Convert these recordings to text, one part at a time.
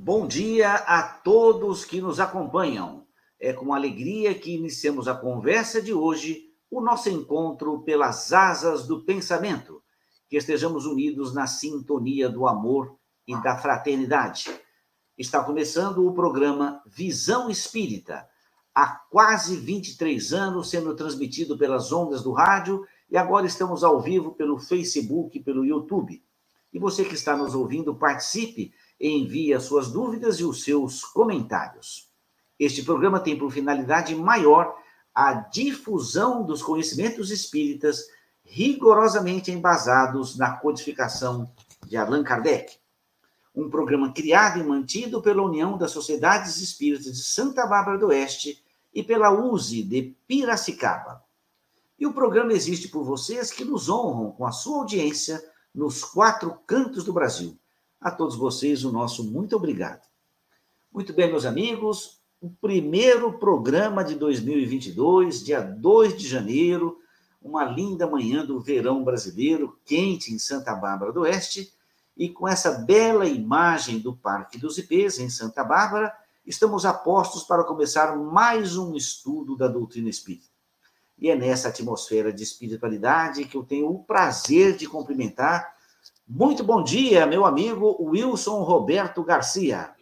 Bom dia a todos que nos acompanham. É com alegria que iniciamos a conversa de hoje, o nosso encontro pelas asas do pensamento. Que estejamos unidos na sintonia do amor e da fraternidade. Está começando o programa Visão Espírita, há quase 23 anos sendo transmitido pelas ondas do rádio e agora estamos ao vivo pelo Facebook e pelo YouTube. E você que está nos ouvindo, participe e envie as suas dúvidas e os seus comentários. Este programa tem por finalidade maior a difusão dos conhecimentos espíritas rigorosamente embasados na codificação de Allan Kardec. Um programa criado e mantido pela União das Sociedades Espíritas de Santa Bárbara do Oeste e pela USE de Piracicaba. E o programa existe por vocês que nos honram com a sua audiência nos 4 cantos do Brasil. A todos vocês, o nosso muito obrigado. Muito bem, meus amigos, o primeiro programa de 2022, dia 2 de janeiro, uma linda manhã do verão brasileiro, quente em Santa Bárbara do Oeste, e com essa bela imagem do Parque dos Ipês, em Santa Bárbara, estamos a postos para começar mais um estudo da doutrina espírita. E é nessa atmosfera de espiritualidade que eu tenho o prazer de cumprimentar. Muito bom dia, meu amigo Wilson Roberto Garcia.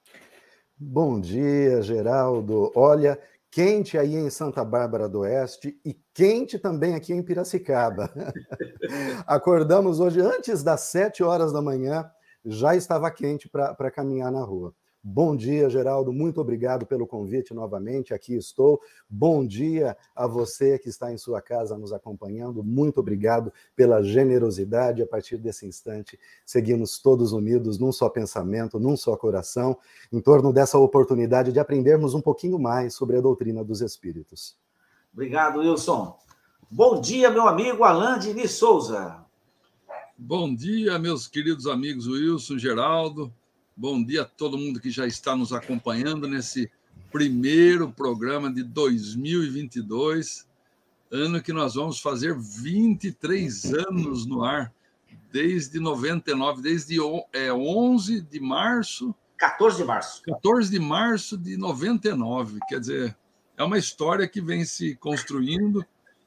Bom dia, Geraldo. Olha, quente aí em Santa Bárbara do Oeste e quente também aqui em Piracicaba. Acordamos hoje antes das 7 horas da manhã, já estava quente para caminhar na rua. Bom dia, Geraldo, muito obrigado pelo convite novamente, aqui estou. Bom dia a você que está em sua casa nos acompanhando, muito obrigado pela generosidade. A partir desse instante, seguimos todos unidos num só pensamento, num só coração, em torno dessa oportunidade de aprendermos um pouquinho mais sobre a doutrina dos Espíritos. Obrigado, Wilson. Bom dia, meu amigo Alain Diniz Souza. Bom dia, meus queridos amigos Wilson, Geraldo. Bom dia a todo mundo que já está nos acompanhando nesse primeiro programa de 2022, ano que nós vamos fazer 23 anos no ar, desde 99, desde 11 de março... 14 de março. 14 de março de 99, quer dizer, é uma história que vem se construindo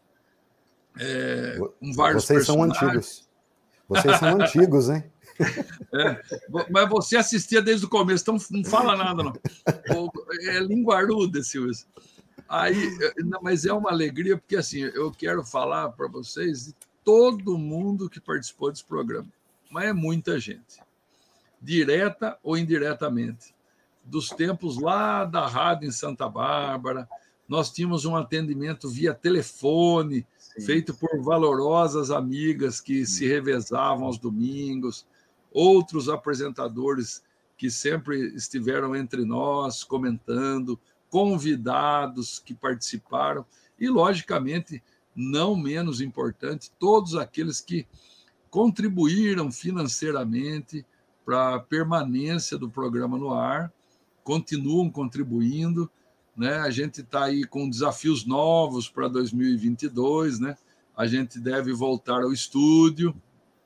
com vários Vocês personagens. São antigos. Vocês são antigos, hein? Mas você assistia desde o começo, então não fala nada, não. É linguarudo esse Wilson. Mas é uma alegria, porque assim, eu quero falar para vocês de todo mundo que participou desse programa. Mas é muita gente, direta ou indiretamente. Dos tempos lá da rádio em Santa Bárbara, nós tínhamos um atendimento via telefone, feito por valorosas amigas que se revezavam aos domingos, outros apresentadores que sempre estiveram entre nós, comentando, convidados que participaram, e, logicamente, não menos importante, todos aqueles que contribuíram financeiramente para a permanência do programa no ar, continuam contribuindo, né? A gente está aí com desafios novos para 2022, né? A gente deve voltar ao estúdio,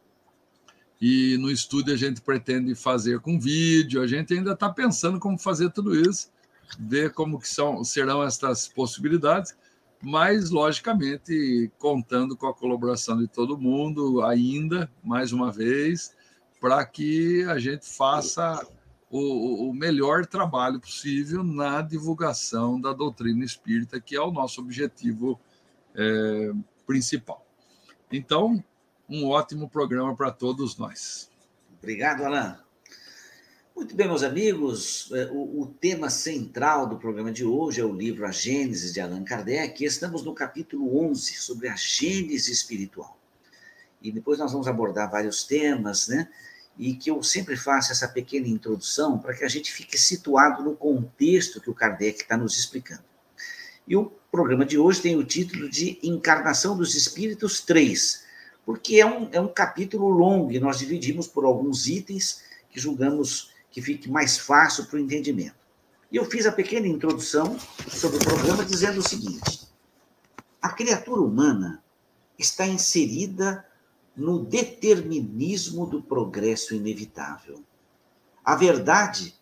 e no estúdio a gente pretende fazer com vídeo, a gente ainda está pensando como fazer tudo isso, ver como que serão estas possibilidades, mas, logicamente, contando com a colaboração de todo mundo ainda, mais uma vez, para que a gente faça o melhor trabalho possível na divulgação da doutrina espírita, que é o nosso objetivo principal. Então, um ótimo programa para todos nós. Obrigado, Alain. Muito bem, meus amigos, o tema central do programa de hoje é o livro A Gênese de Allan Kardec, e estamos no capítulo 11, sobre a gênese espiritual. E depois nós vamos abordar vários temas, né? E que eu sempre faço essa pequena introdução para que a gente fique situado no contexto que o Kardec está nos explicando. E o programa de hoje tem o título de Encarnação dos Espíritos 3, porque é um capítulo longo e nós dividimos por alguns itens que julgamos que fique mais fácil para o entendimento. E eu fiz a pequena introdução sobre o programa dizendo o seguinte: a criatura humana está inserida no determinismo do progresso inevitável. A verdade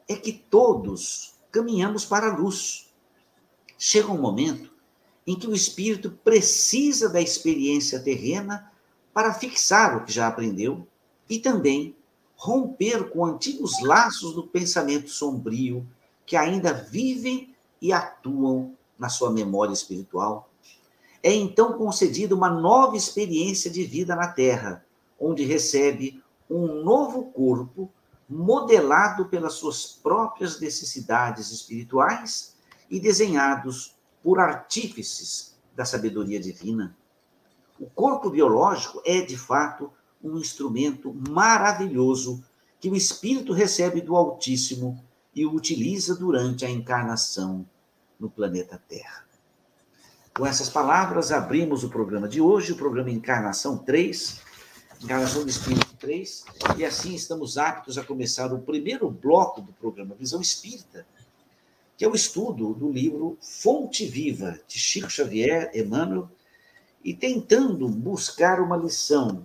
é que todos caminhamos para a luz. Chega um momento em que o espírito precisa da experiência terrena para fixar o que já aprendeu e também romper com antigos laços do pensamento sombrio que ainda vivem e atuam na sua memória espiritual. É então concedida uma nova experiência de vida na Terra, onde recebe um novo corpo modelado pelas suas próprias necessidades espirituais e desenhados por artífices da sabedoria divina. O corpo biológico é, de fato, um instrumento maravilhoso que o espírito recebe do Altíssimo e o utiliza durante a encarnação no planeta Terra. Com essas palavras, abrimos o programa de hoje, o programa Encarnação 3, Encarnação do Espírito 3, e assim estamos aptos a começar o primeiro bloco do programa Visão Espírita, que é o estudo do livro Fonte Viva, de Chico Xavier, Emmanuel, e tentando buscar uma lição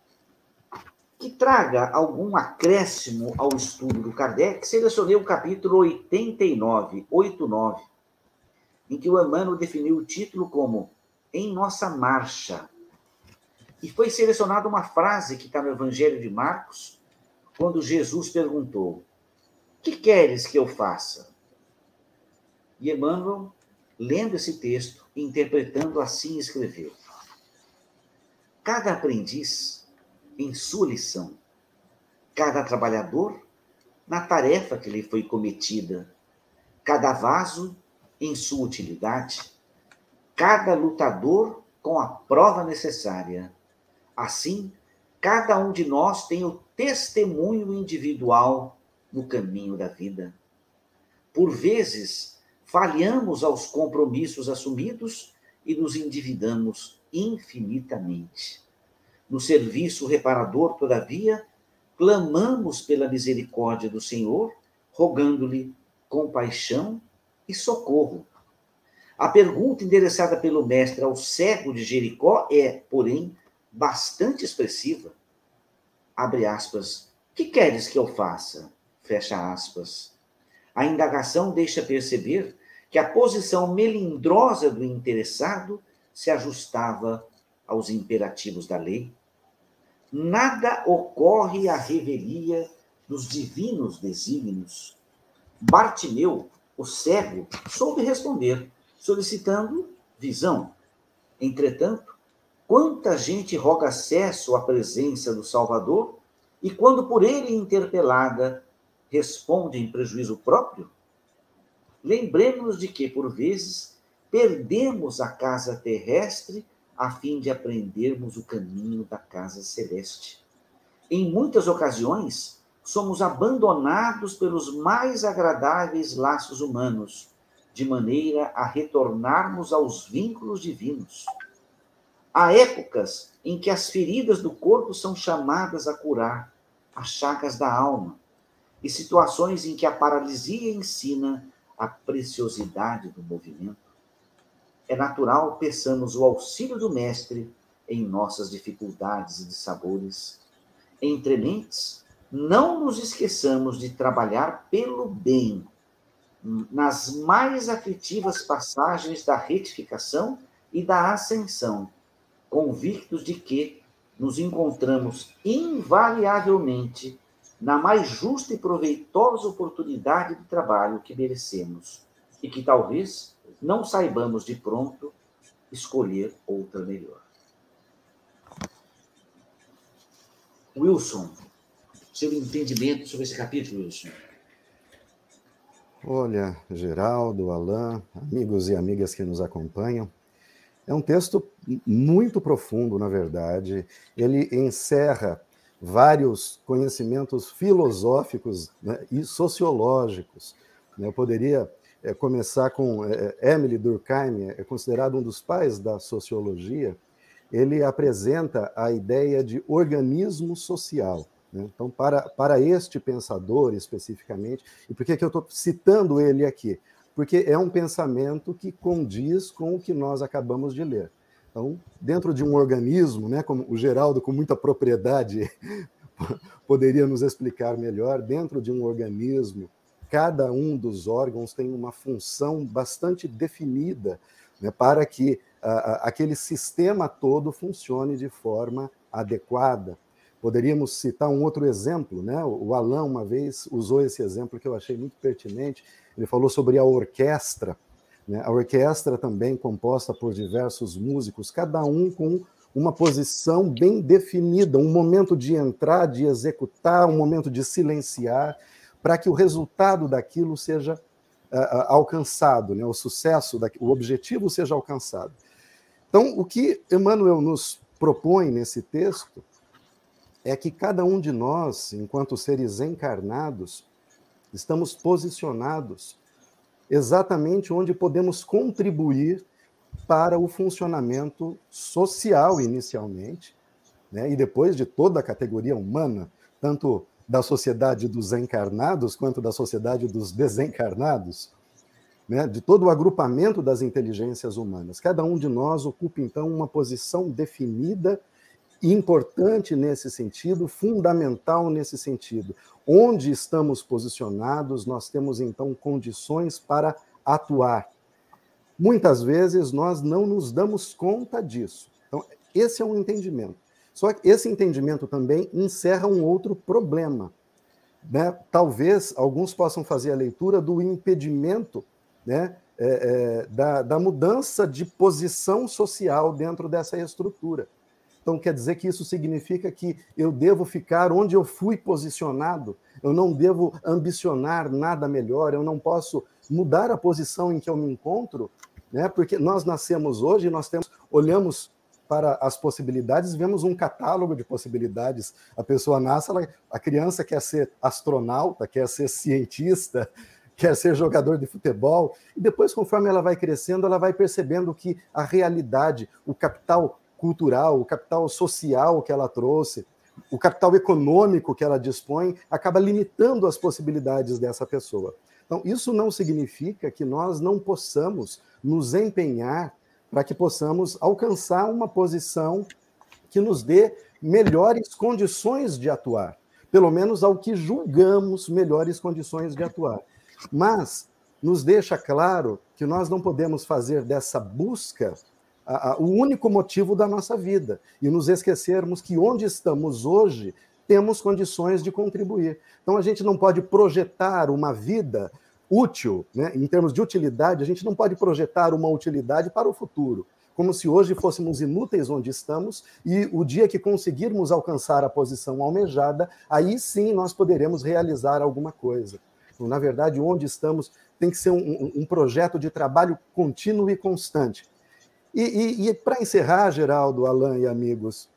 que traga algum acréscimo ao estudo do Kardec. Selecionei o capítulo 89, em que o Emmanuel definiu o título como Em Nossa Marcha. E foi selecionada uma frase que está no Evangelho de Marcos, quando Jesus perguntou: que queres que eu faça? E Emmanuel, lendo esse texto, interpretando assim, escreveu: cada aprendiz em sua lição, cada trabalhador na tarefa que lhe foi cometida, cada vaso em sua utilidade, cada lutador com a prova necessária. Assim, cada um de nós tem o testemunho individual no caminho da vida. Por vezes, falhamos aos compromissos assumidos e nos endividamos infinitamente. No serviço reparador, todavia, clamamos pela misericórdia do Senhor, rogando-lhe compaixão e socorro. A pergunta endereçada pelo mestre ao cego de Jericó é, porém, bastante expressiva. Abre aspas. Que queres que eu faça? Fecha aspas. A indagação deixa perceber que a posição melindrosa do interessado se ajustava aos imperativos da lei. Nada ocorre à revelia dos divinos desígnios. Bartimeu, o cego, soube responder, solicitando visão. Entretanto, quanta gente roga acesso à presença do Salvador e, quando por ele interpelada, responde em prejuízo próprio? Lembremos-nos de que, por vezes, perdemos a casa terrestre a fim de aprendermos o caminho da casa celeste. Em muitas ocasiões, somos abandonados pelos mais agradáveis laços humanos, de maneira a retornarmos aos vínculos divinos. Há épocas em que as feridas do corpo são chamadas a curar, as chagas da alma, e situações em que a paralisia ensina a preciosidade do movimento. É natural peçamos o auxílio do Mestre em nossas dificuldades e dissabores. Entre mentes, não nos esqueçamos de trabalhar pelo bem, nas mais aflitivas passagens da retificação e da ascensão, convictos de que nos encontramos invariavelmente na mais justa e proveitosa oportunidade de trabalho que merecemos e que talvez não saibamos de pronto escolher outra melhor. Wilson, seu entendimento sobre esse capítulo, Wilson? Olha, Geraldo, Alain, amigos e amigas que nos acompanham, é um texto muito profundo, na verdade. Ele encerra vários conhecimentos filosóficos, né, e sociológicos. Eu poderia começar com Émile Durkheim, é considerado um dos pais da sociologia. Ele apresenta a ideia de organismo social. Então, para este pensador especificamente, e por que eu estou citando ele aqui? Porque é um pensamento que condiz com o que nós acabamos de ler. Então, dentro de um organismo, né, como o Geraldo, com muita propriedade, poderia nos explicar melhor, dentro de um organismo cada um dos órgãos tem uma função bastante definida, né, para que aquele sistema todo funcione de forma adequada. Poderíamos citar um outro exemplo, né? O Alain, uma vez, usou esse exemplo que eu achei muito pertinente. Ele falou sobre a orquestra, né? A orquestra também composta por diversos músicos, cada um com uma posição bem definida, um momento de entrar, de executar, um momento de silenciar, para que o resultado daquilo seja alcançado, né? O sucesso, o objetivo seja alcançado. Então, o que Emmanuel nos propõe nesse texto é que cada um de nós, enquanto seres encarnados, estamos posicionados exatamente onde podemos contribuir para o funcionamento social, inicialmente, né? E depois de toda a categoria humana, tanto da sociedade dos encarnados quanto da sociedade dos desencarnados, né? De todo o agrupamento das inteligências humanas. Cada um de nós ocupa, então, uma posição definida, importante nesse sentido, fundamental nesse sentido. Onde estamos posicionados, nós temos, então, condições para atuar. Muitas vezes nós não nos damos conta disso. Então, esse é um entendimento. Só que esse entendimento também encerra um outro problema, né? Talvez alguns possam fazer a leitura do impedimento, né, da mudança de posição social dentro dessa estrutura. Então, quer dizer que isso significa que eu devo ficar onde eu fui posicionado, eu não devo ambicionar nada melhor, eu não posso mudar a posição em que eu me encontro, né? Porque nós nascemos hoje, olhamos para as possibilidades, vemos um catálogo de possibilidades. A pessoa nasce, a criança quer ser astronauta, quer ser cientista, quer ser jogador de futebol, e depois, conforme ela vai crescendo, ela vai percebendo que a realidade, o capital cultural, o capital social que ela trouxe, o capital econômico que ela dispõe, acaba limitando as possibilidades dessa pessoa. Então, isso não significa que nós não possamos nos empenhar para que possamos alcançar uma posição que nos dê melhores condições de atuar, pelo menos ao que julgamos melhores condições de atuar. Mas nos deixa claro que nós não podemos fazer dessa busca o único motivo da nossa vida e nos esquecermos que onde estamos hoje temos condições de contribuir. Então a gente não pode projetar uma vida útil, né? Em termos de utilidade, a gente não pode projetar uma utilidade para o futuro, como se hoje fôssemos inúteis onde estamos e o dia que conseguirmos alcançar a posição almejada, aí sim nós poderemos realizar alguma coisa. Então, na verdade, onde estamos tem que ser um projeto de trabalho contínuo e constante. E para encerrar, Geraldo, Alain e amigos,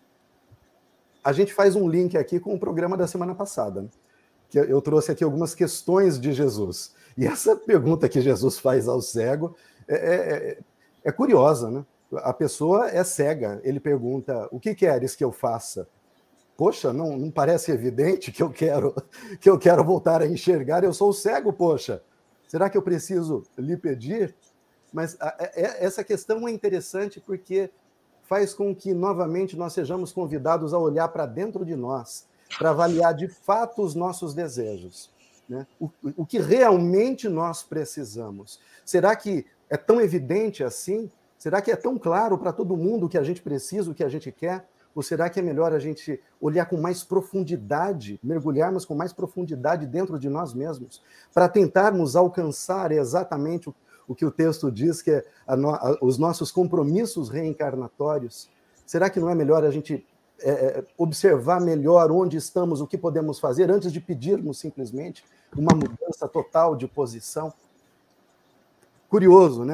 a gente faz um link aqui com o programa da semana passada, né? Que eu trouxe aqui algumas questões de Jesus. E essa pergunta que Jesus faz ao cego é curiosa, né? A pessoa é cega, ele pergunta, o que queres que eu faça? Poxa, não parece evidente que eu quero voltar a enxergar? Eu sou cego, poxa. Será que eu preciso lhe pedir? Mas essa questão é interessante porque faz com que, novamente, nós sejamos convidados a olhar para dentro de nós, para avaliar de fato os nossos desejos, né? O que realmente nós precisamos. Será que é tão evidente assim? Será que é tão claro para todo mundo o que a gente precisa, o que a gente quer? Ou será que é melhor a gente olhar com mais profundidade, mergulharmos com mais profundidade dentro de nós mesmos, para tentarmos alcançar exatamente o que o texto diz, que é os nossos compromissos reencarnatórios? Será que não é melhor a gente observar melhor onde estamos, o que podemos fazer, antes de pedirmos simplesmente uma mudança total de posição? Curioso, né,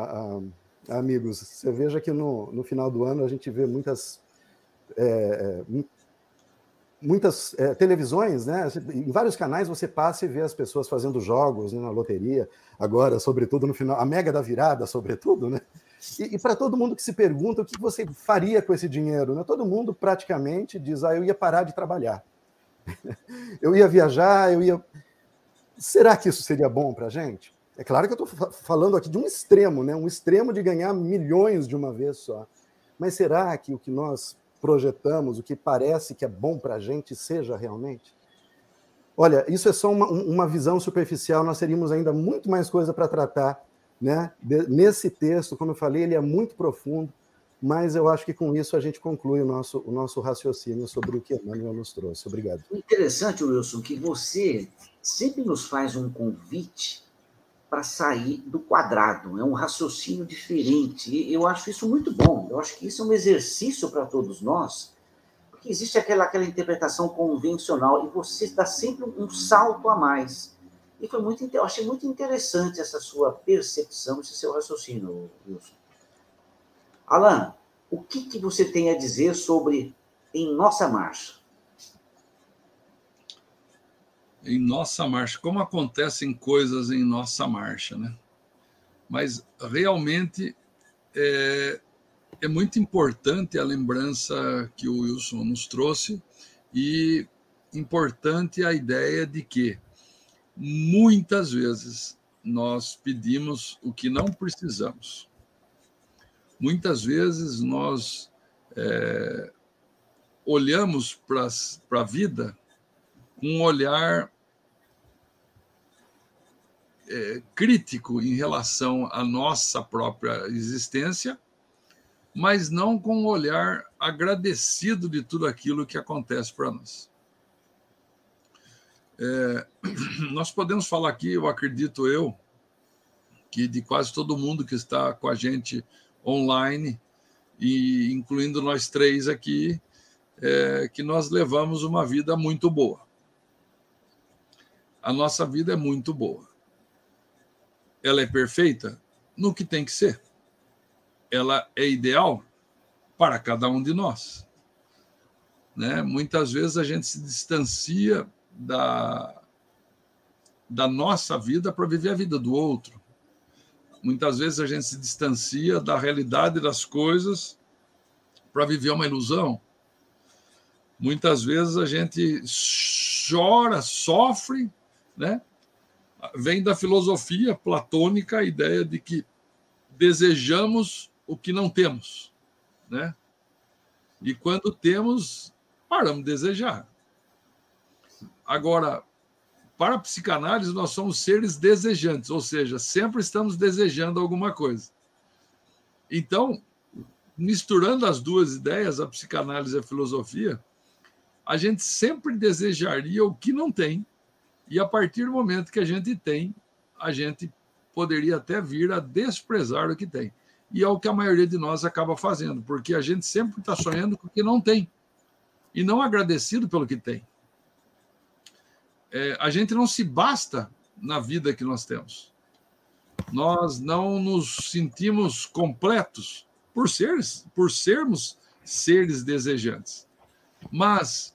amigos? Você veja que no final do ano a gente vê muitas televisões, né? Em vários canais você passa e vê as pessoas fazendo jogos, né, na loteria, agora, sobretudo no final, a mega da virada, sobretudo, né? E para todo mundo que se pergunta o que você faria com esse dinheiro, né? Todo mundo praticamente diz, eu ia parar de trabalhar. Eu ia viajar, Será que isso seria bom para a gente? É claro que eu estou falando aqui de um extremo, né? Um extremo de ganhar milhões de uma vez só. Mas será que o que nós projetamos, o que parece que é bom para a gente, seja realmente? Olha, isso é só uma visão superficial, nós teríamos ainda muito mais coisa para tratar, né? Nesse texto, como eu falei, ele é muito profundo, mas eu acho que com isso a gente conclui o nosso raciocínio sobre o que Emmanuel nos trouxe. Obrigado. Interessante, Wilson, que você sempre nos faz um convite para sair do quadrado, é um raciocínio diferente. E eu acho isso muito bom, eu acho que isso é um exercício para todos nós, porque existe aquela interpretação convencional e você dá sempre um salto a mais. E eu achei muito interessante essa sua percepção, esse seu raciocínio, Wilson. Alan, o que você tem a dizer sobre Em Nossa Marcha? Em nossa marcha, como acontecem coisas em nossa marcha, né? Mas realmente é muito importante a lembrança que o Wilson nos trouxe e importante a ideia de que muitas vezes nós pedimos o que não precisamos. Muitas vezes nós olhamos para a vida com um olhar crítico em relação à nossa própria existência, mas não com um olhar agradecido de tudo aquilo que acontece para nós. Nós podemos falar aqui, eu acredito que de quase todo mundo que está com a gente online, e incluindo nós três aqui, que nós levamos uma vida muito boa. A nossa vida é muito boa. Ela é perfeita no que tem que ser. Ela é ideal para cada um de nós, né? Muitas vezes a gente se distancia da nossa vida para viver a vida do outro. Muitas vezes a gente se distancia da realidade das coisas para viver uma ilusão. Muitas vezes a gente chora, sofre, né? Vem da filosofia platônica a ideia de que desejamos o que não temos, né? E quando temos, paramos de desejar. Agora, para a psicanálise, nós somos seres desejantes, ou seja, sempre estamos desejando alguma coisa. Então, misturando as duas ideias, a psicanálise e a filosofia, a gente sempre desejaria o que não tem, e a partir do momento que a gente tem, a gente poderia até vir a desprezar o que tem. E é o que a maioria de nós acaba fazendo, porque a gente sempre está sonhando com o que não tem, e não agradecido pelo que tem. A gente não se basta na vida que nós temos. Nós não nos sentimos completos por sermos seres desejantes. Mas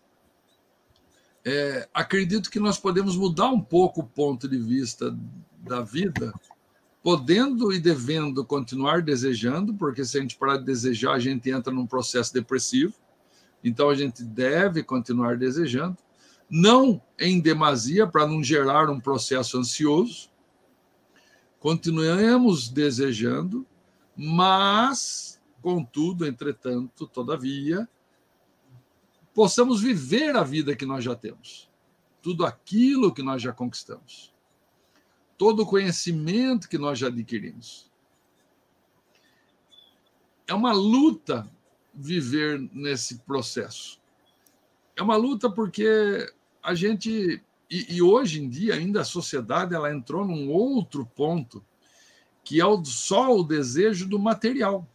acredito que nós podemos mudar um pouco o ponto de vista da vida, podendo e devendo continuar desejando, porque se a gente parar de desejar, a gente entra num processo depressivo. Então, a gente deve continuar desejando, não em demasia, para não gerar um processo ansioso. Continuemos desejando, mas, contudo, entretanto, todavia, possamos viver a vida que nós já temos, tudo aquilo que nós já conquistamos, todo o conhecimento que nós já adquirimos. É uma luta viver nesse processo. É uma luta porque a gente... E hoje em dia, ainda a sociedade ela entrou num outro ponto, que é só o desejo do material.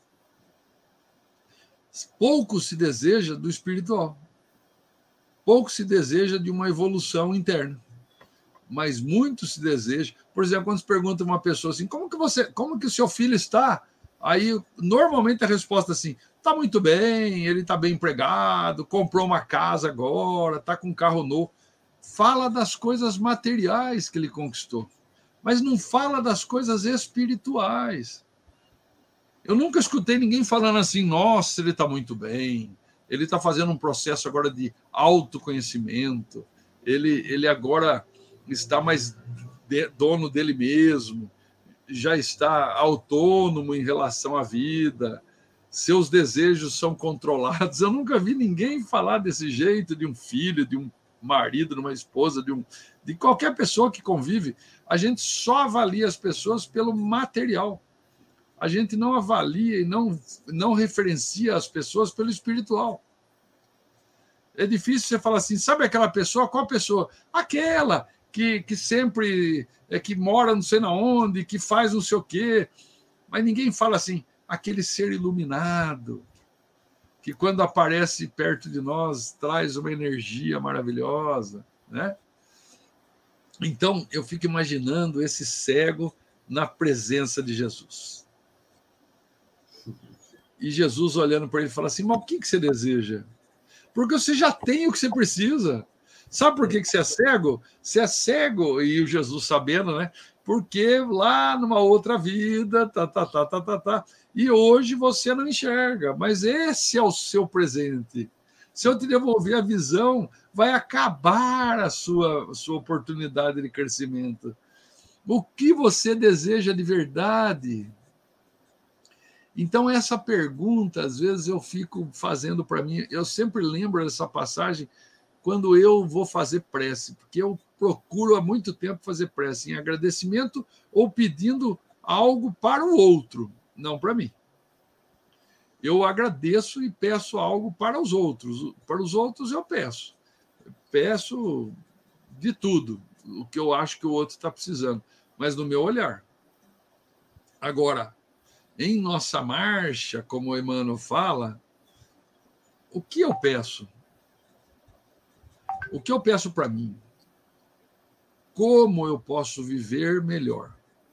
Pouco se deseja do espiritual. Pouco se deseja de uma evolução interna. Mas muito se deseja... Por exemplo, quando se pergunta uma pessoa assim, como que o seu filho está? Aí, normalmente, a resposta é assim, está muito bem, ele está bem empregado, comprou uma casa agora, está com um carro novo. Fala das coisas materiais que ele conquistou, mas não fala das coisas espirituais. Eu nunca escutei ninguém falando assim, nossa, ele está muito bem, ele está fazendo um processo agora de autoconhecimento, ele agora está mais dono dele mesmo, já está autônomo em relação à vida, seus desejos são controlados. Eu nunca vi ninguém falar desse jeito de um filho, de um marido, numa esposa, de qualquer pessoa que convive, a gente só avalia as pessoas pelo material. A gente não avalia e não referencia as pessoas pelo espiritual. É difícil você falar assim, sabe aquela pessoa? Qual pessoa? Aquela que sempre que mora não sei na onde, que faz não sei o quê. Mas ninguém fala assim, aquele ser iluminado, que quando aparece perto de nós traz uma energia maravilhosa, né? Então, eu fico imaginando esse cego na presença de Jesus. E Jesus olhando para ele fala assim, mas o que você deseja? Porque você já tem o que você precisa. Sabe por que você é cego? Você é cego, e o Jesus sabendo, né? Porque lá numa outra vida, e hoje você não enxerga, mas esse é o seu presente. Se eu te devolver a visão, vai acabar a sua oportunidade de crescimento. O que você deseja de verdade? Então, essa pergunta, às vezes, eu fico fazendo para mim, eu sempre lembro dessa passagem quando eu vou fazer prece, porque eu procuro há muito tempo fazer prece em agradecimento ou pedindo algo para o outro, não para mim. Eu agradeço e peço algo para os outros. Para os outros eu peço. Peço de tudo, o que eu acho que o outro está precisando, mas no meu olhar. Agora, em nossa marcha, como o Emmanuel fala, o que eu peço? O que eu peço para mim? Como eu posso viver melhor?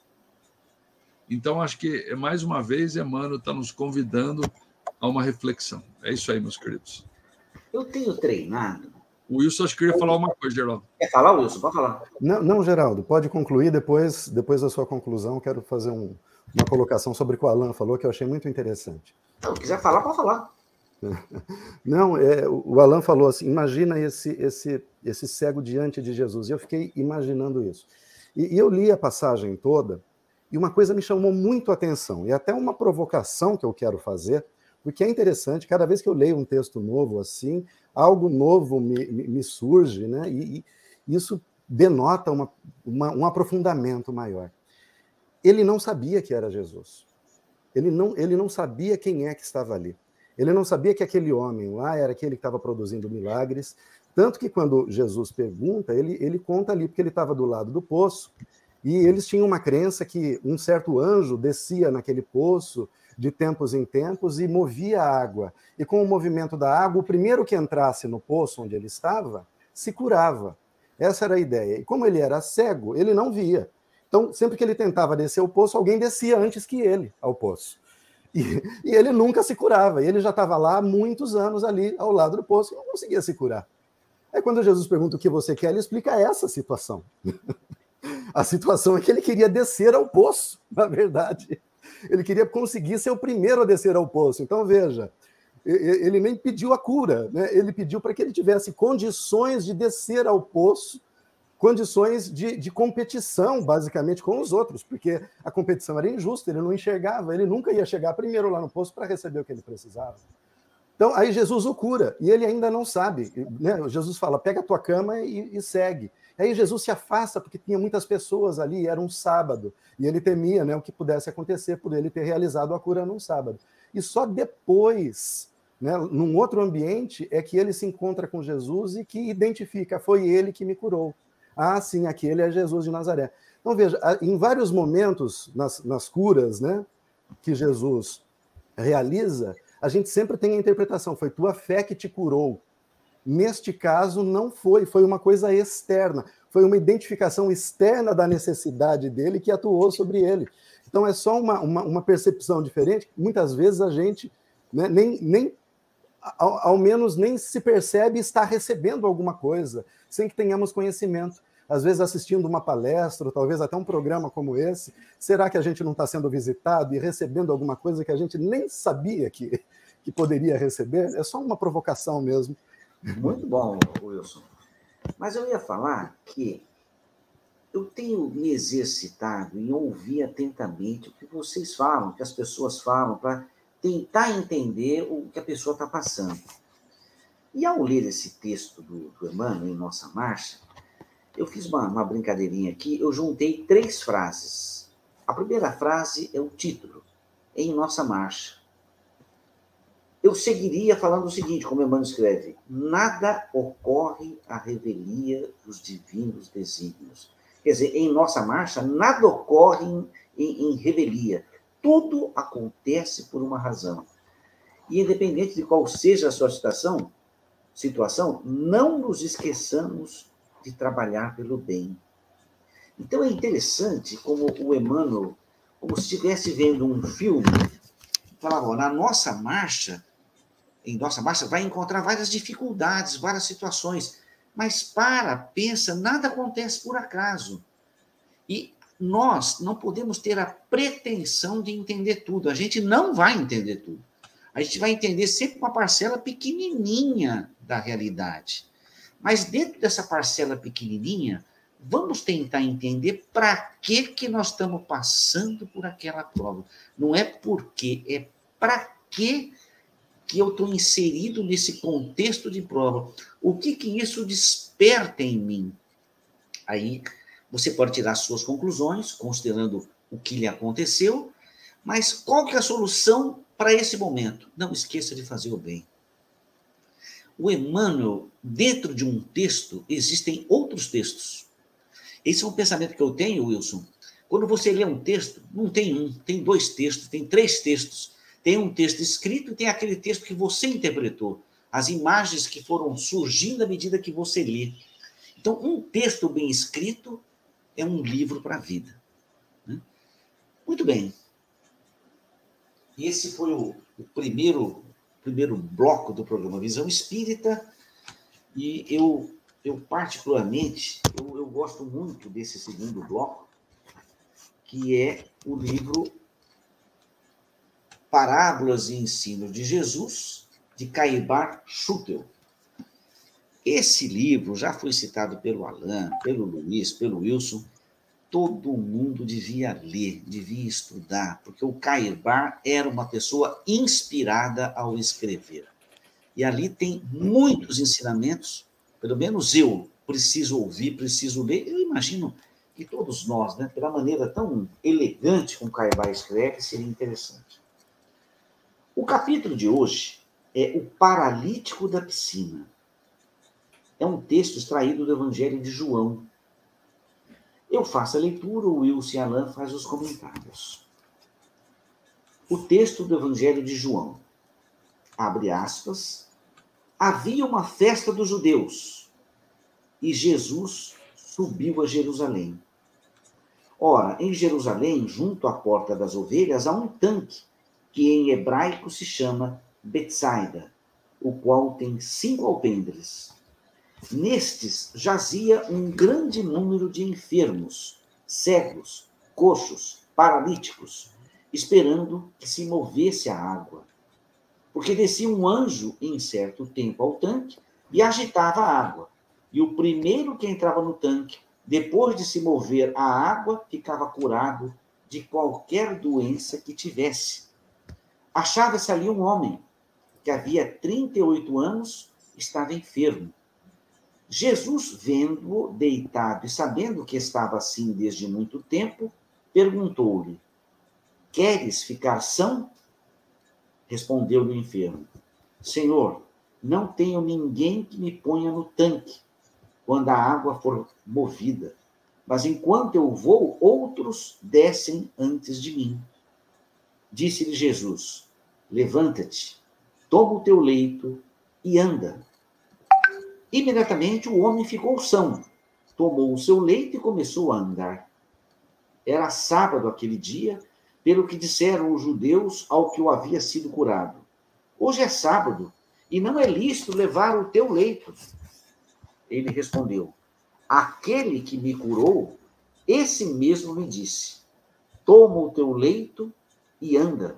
Então, acho que, mais uma vez, Emmanuel está nos convidando a uma reflexão. É isso aí, meus queridos. Eu tenho treinado. O Wilson, acho que queria falar uma coisa, Geraldo. Quer falar, Wilson? Pode falar. Não, Geraldo, pode concluir. Depois da sua conclusão, quero fazer uma colocação sobre o que o Alan falou, que eu achei muito interessante. Se quiser falar, pode falar. Não, o Alan falou assim, imagina esse cego diante de Jesus. E eu fiquei imaginando isso. E eu li a passagem toda, e uma coisa me chamou muito a atenção, e até uma provocação que eu quero fazer, porque é interessante, cada vez que eu leio um texto novo assim, algo novo me surge, né? E isso denota um aprofundamento maior. Ele não sabia que era Jesus. Ele não sabia quem é que estava ali. Ele não sabia que aquele homem lá era aquele que estava produzindo milagres. Tanto que quando Jesus pergunta, ele conta ali, porque ele estava do lado do poço, e eles tinham uma crença que um certo anjo descia naquele poço de tempos em tempos e movia a água. E com o movimento da água, o primeiro que entrasse no poço onde ele estava, se curava. Essa era a ideia. E como ele era cego, ele não via. Então, sempre que ele tentava descer o poço, alguém descia antes que ele ao poço. E ele nunca se curava. E ele já estava lá há muitos anos ali ao lado do poço e não conseguia se curar. Aí quando Jesus pergunta o que você quer, ele explica essa situação. A situação é que ele queria descer ao poço, na verdade. Ele queria conseguir ser o primeiro a descer ao poço. Então, veja, ele nem pediu a cura, né? Ele pediu para que ele tivesse condições de descer ao poço, condições de competição, basicamente, com os outros, porque a competição era injusta, ele não enxergava, ele nunca ia chegar primeiro lá no poço para receber o que ele precisava. Então, aí Jesus o cura, e ele ainda não sabe, né? Jesus fala, pega a tua cama e segue. Aí Jesus se afasta, porque tinha muitas pessoas ali, era um sábado, e ele temia, né, o que pudesse acontecer por ele ter realizado a cura num sábado. E só depois, né, num outro ambiente, é que ele se encontra com Jesus e que identifica, foi ele que me curou. Ah, sim, aquele é Jesus de Nazaré. Então, veja, em vários momentos, nas curas, né, que Jesus realiza, a gente sempre tem a interpretação, foi tua fé que te curou. Neste caso, não foi uma coisa externa, foi uma identificação externa da necessidade dele que atuou sobre ele. Então, é só uma percepção diferente. Muitas vezes a gente, né, ao menos nem se percebe estar recebendo alguma coisa, sem que tenhamos conhecimento. Às vezes assistindo uma palestra, ou talvez até um programa como esse, será que a gente não está sendo visitado e recebendo alguma coisa que a gente nem sabia que poderia receber? É só uma provocação mesmo. Muito bom, Wilson. Mas eu ia falar que eu tenho me exercitado em ouvir atentamente o que vocês falam, o que as pessoas falam, para tentar entender o que a pessoa está passando. E ao ler esse texto do Emmanuel, em Nossa Marcha, eu fiz uma brincadeirinha aqui, eu juntei 3 frases. A primeira frase é o título, Em Nossa Marcha. Eu seguiria falando o seguinte, como Emmanuel escreve: nada ocorre à revelia dos divinos desígnios. Quer dizer, em nossa marcha, nada ocorre em revelia. Tudo acontece por uma razão. E independente de qual seja a sua situação, não nos esqueçamos de trabalhar pelo bem. Então é interessante como o Emmanuel, como se estivesse vendo um filme, falava, na nossa marcha, em nossa marcha, vai encontrar várias dificuldades, várias situações. Mas pensa, nada acontece por acaso. E nós não podemos ter a pretensão de entender tudo. A gente não vai entender tudo. A gente vai entender sempre uma parcela pequenininha da realidade. Mas dentro dessa parcela pequenininha, vamos tentar entender para que nós estamos passando por aquela prova. Não é porque, é para que eu estou inserido nesse contexto de prova. O que isso desperta em mim? Aí você pode tirar suas conclusões, considerando o que lhe aconteceu, mas qual que é a solução para esse momento? Não esqueça de fazer o bem. O Emmanuel, dentro de um texto, existem outros textos. Esse é um pensamento que eu tenho, Wilson. Quando você lê um texto, não tem um, tem 2 textos, tem 3 textos. Tem um texto escrito e tem aquele texto que você interpretou. As imagens que foram surgindo à medida que você lê. Então, um texto bem escrito é um livro para a vida. Né? Muito bem. E esse foi o primeiro bloco do programa Visão Espírita. E eu particularmente, eu gosto muito desse segundo bloco, que é o livro Parábolas e Ensinos de Jesus, de Caïbar Schutel. Esse livro já foi citado pelo Alain, pelo Luiz, pelo Wilson. Todo mundo devia ler, devia estudar, porque o Caïbar era uma pessoa inspirada ao escrever. E ali tem muitos ensinamentos, pelo menos eu preciso ouvir, preciso ler. Eu imagino que todos nós, né, pela maneira tão elegante como o Caïbar escreve, seria interessante. O capítulo de hoje é O Paralítico da Piscina. É um texto extraído do Evangelho de João. Eu faço a leitura, o Wilson e Alain faz os comentários. O texto do Evangelho de João. Abre aspas. Havia uma festa dos judeus e Jesus subiu a Jerusalém. Ora, em Jerusalém, junto à Porta das Ovelhas, há um tanque que em hebraico se chama Betsaida, o qual tem 5 alpendres. Nestes jazia um grande número de enfermos, cegos, coxos, paralíticos, esperando que se movesse a água. Porque descia um anjo em certo tempo ao tanque e agitava a água. E o primeiro que entrava no tanque, depois de se mover a água, ficava curado de qualquer doença que tivesse. Achava-se ali um homem que havia 38 anos, estava enfermo. Jesus, vendo-o deitado e sabendo que estava assim desde muito tempo, perguntou-lhe: queres ficar são? Respondeu-lhe o enfermo: Senhor, não tenho ninguém que me ponha no tanque quando a água for movida, mas enquanto eu vou, outros descem antes de mim. Disse-lhe Jesus: levanta-te, toma o teu leito e anda. Imediatamente o homem ficou são, tomou o seu leito e começou a andar. Era sábado aquele dia, pelo que disseram os judeus ao que o havia sido curado: hoje é sábado, e não é lícito levar o teu leito. Ele respondeu: aquele que me curou, esse mesmo me disse: toma o teu leito e anda.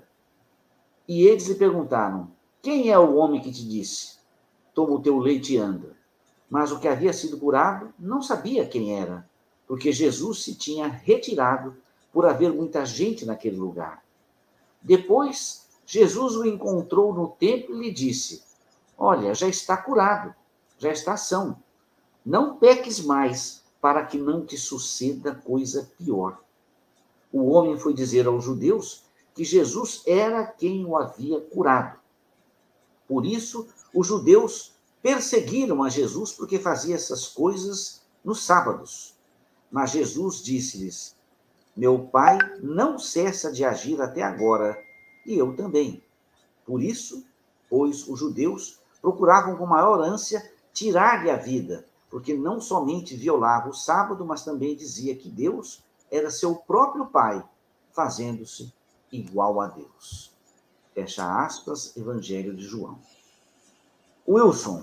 E eles lhe perguntaram: quem é o homem que te disse: toma o teu leito e anda? Mas o que havia sido curado não sabia quem era, porque Jesus se tinha retirado por haver muita gente naquele lugar. Depois, Jesus o encontrou no templo e lhe disse: olha, já está curado, já está são. Não peques mais, para que não te suceda coisa pior. O homem foi dizer aos judeus que Jesus era quem o havia curado. Por isso, os judeus perseguiram a Jesus porque fazia essas coisas nos sábados. Mas Jesus disse-lhes: meu Pai não cessa de agir até agora, e eu também. Por isso, pois os judeus procuravam com maior ânsia tirar-lhe a vida, porque não somente violava o sábado, mas também dizia que Deus era seu próprio Pai, fazendo-se igual a Deus. Fecha aspas, Evangelho de João. Wilson.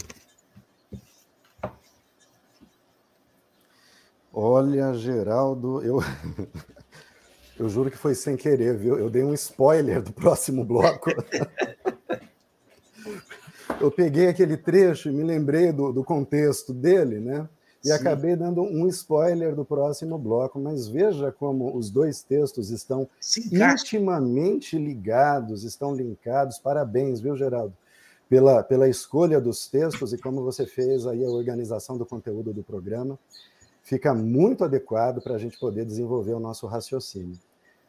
Olha, Geraldo, eu juro que foi sem querer, viu? Eu dei um spoiler do próximo bloco. Eu peguei aquele trecho e me lembrei do contexto dele, né? E acabei dando um spoiler do próximo bloco, mas veja como os dois textos estão intimamente ligados, estão linkados. Parabéns, viu, Geraldo? Pela escolha dos textos e como você fez aí a organização do conteúdo do programa. Fica muito adequado para a gente poder desenvolver o nosso raciocínio.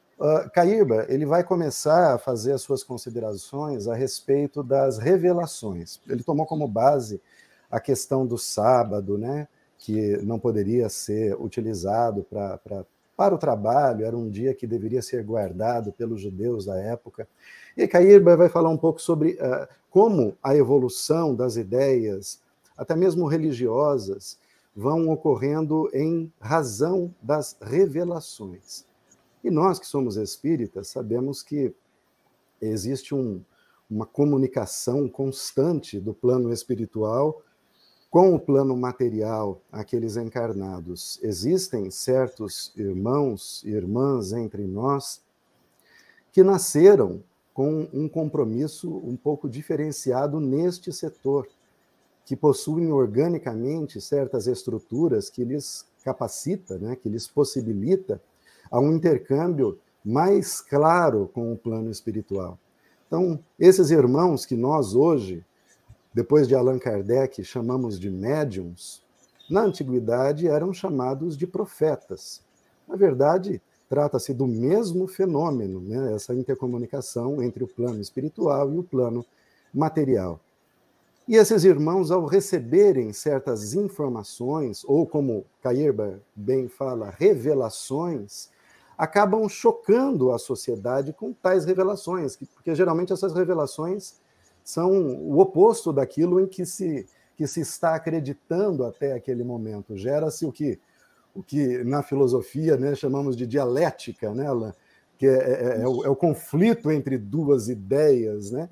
Caíba, ele vai começar a fazer as suas considerações a respeito das revelações. Ele tomou como base a questão do sábado, né, que não poderia ser utilizado para o trabalho, era um dia que deveria ser guardado pelos judeus da época. E Caíba vai falar um pouco sobre como a evolução das ideias, até mesmo religiosas, vão ocorrendo em razão das revelações. E nós que somos espíritas sabemos que existe uma comunicação constante do plano espiritual com o plano material, aqueles encarnados. Existem certos irmãos e irmãs entre nós que nasceram com um compromisso um pouco diferenciado neste setor, que possuem organicamente certas estruturas que lhes capacita, né, que lhes possibilita a um intercâmbio mais claro com o plano espiritual. Então, esses irmãos que nós hoje, depois de Allan Kardec, chamamos de médiums, na antiguidade eram chamados de profetas. Na verdade, trata-se do mesmo fenômeno, né, essa intercomunicação entre o plano espiritual e o plano material. E esses irmãos, ao receberem certas informações, ou como Caíba bem fala, revelações, acabam chocando a sociedade com tais revelações, porque geralmente essas revelações são o oposto daquilo em que se está acreditando até aquele momento. Gera-se o que na filosofia, né, chamamos de dialética, né, Alain? Que é o conflito entre duas ideias, né?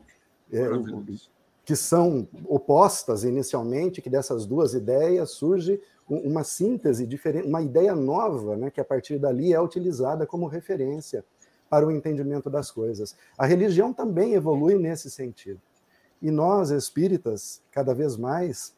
Que são opostas inicialmente, que dessas duas ideias surge uma síntese diferente, uma ideia nova, né, que a partir dali é utilizada como referência para o entendimento das coisas. A religião também evolui nesse sentido. E nós, espíritas, cada vez mais,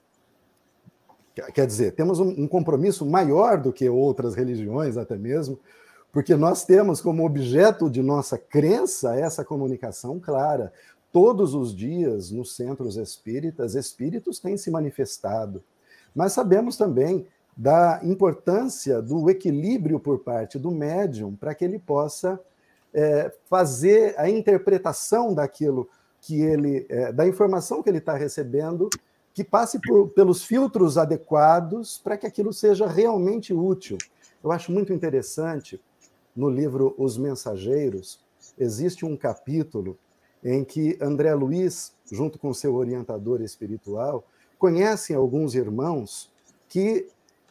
quer dizer, temos um compromisso maior do que outras religiões até mesmo, porque nós temos como objeto de nossa crença essa comunicação clara. Todos os dias, nos centros espíritas, espíritos têm se manifestado. Mas sabemos também da importância do equilíbrio por parte do médium para que ele possa fazer a interpretação daquilo que ele, da informação que ele está recebendo, que passe pelos filtros adequados para que aquilo seja realmente útil. Eu acho muito interessante, no livro Os Mensageiros, existe um capítulo em que André Luiz, junto com seu orientador espiritual, conhecem alguns irmãos que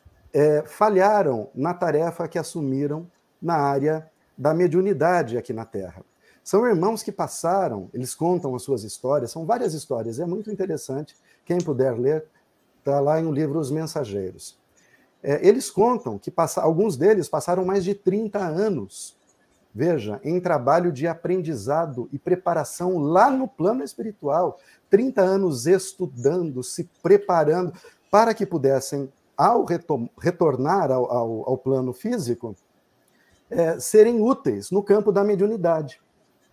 falharam na tarefa que assumiram na área da mediunidade aqui na Terra. São irmãos que passaram, eles contam as suas histórias, são várias histórias, é muito interessante, quem puder ler, está lá no livro Os Mensageiros. Eles contam que alguns deles passaram mais de 30 anos, veja, em trabalho de aprendizado e preparação lá no plano espiritual, 30 anos estudando, se preparando, para que pudessem, ao retornar ao plano físico, serem úteis no campo da mediunidade.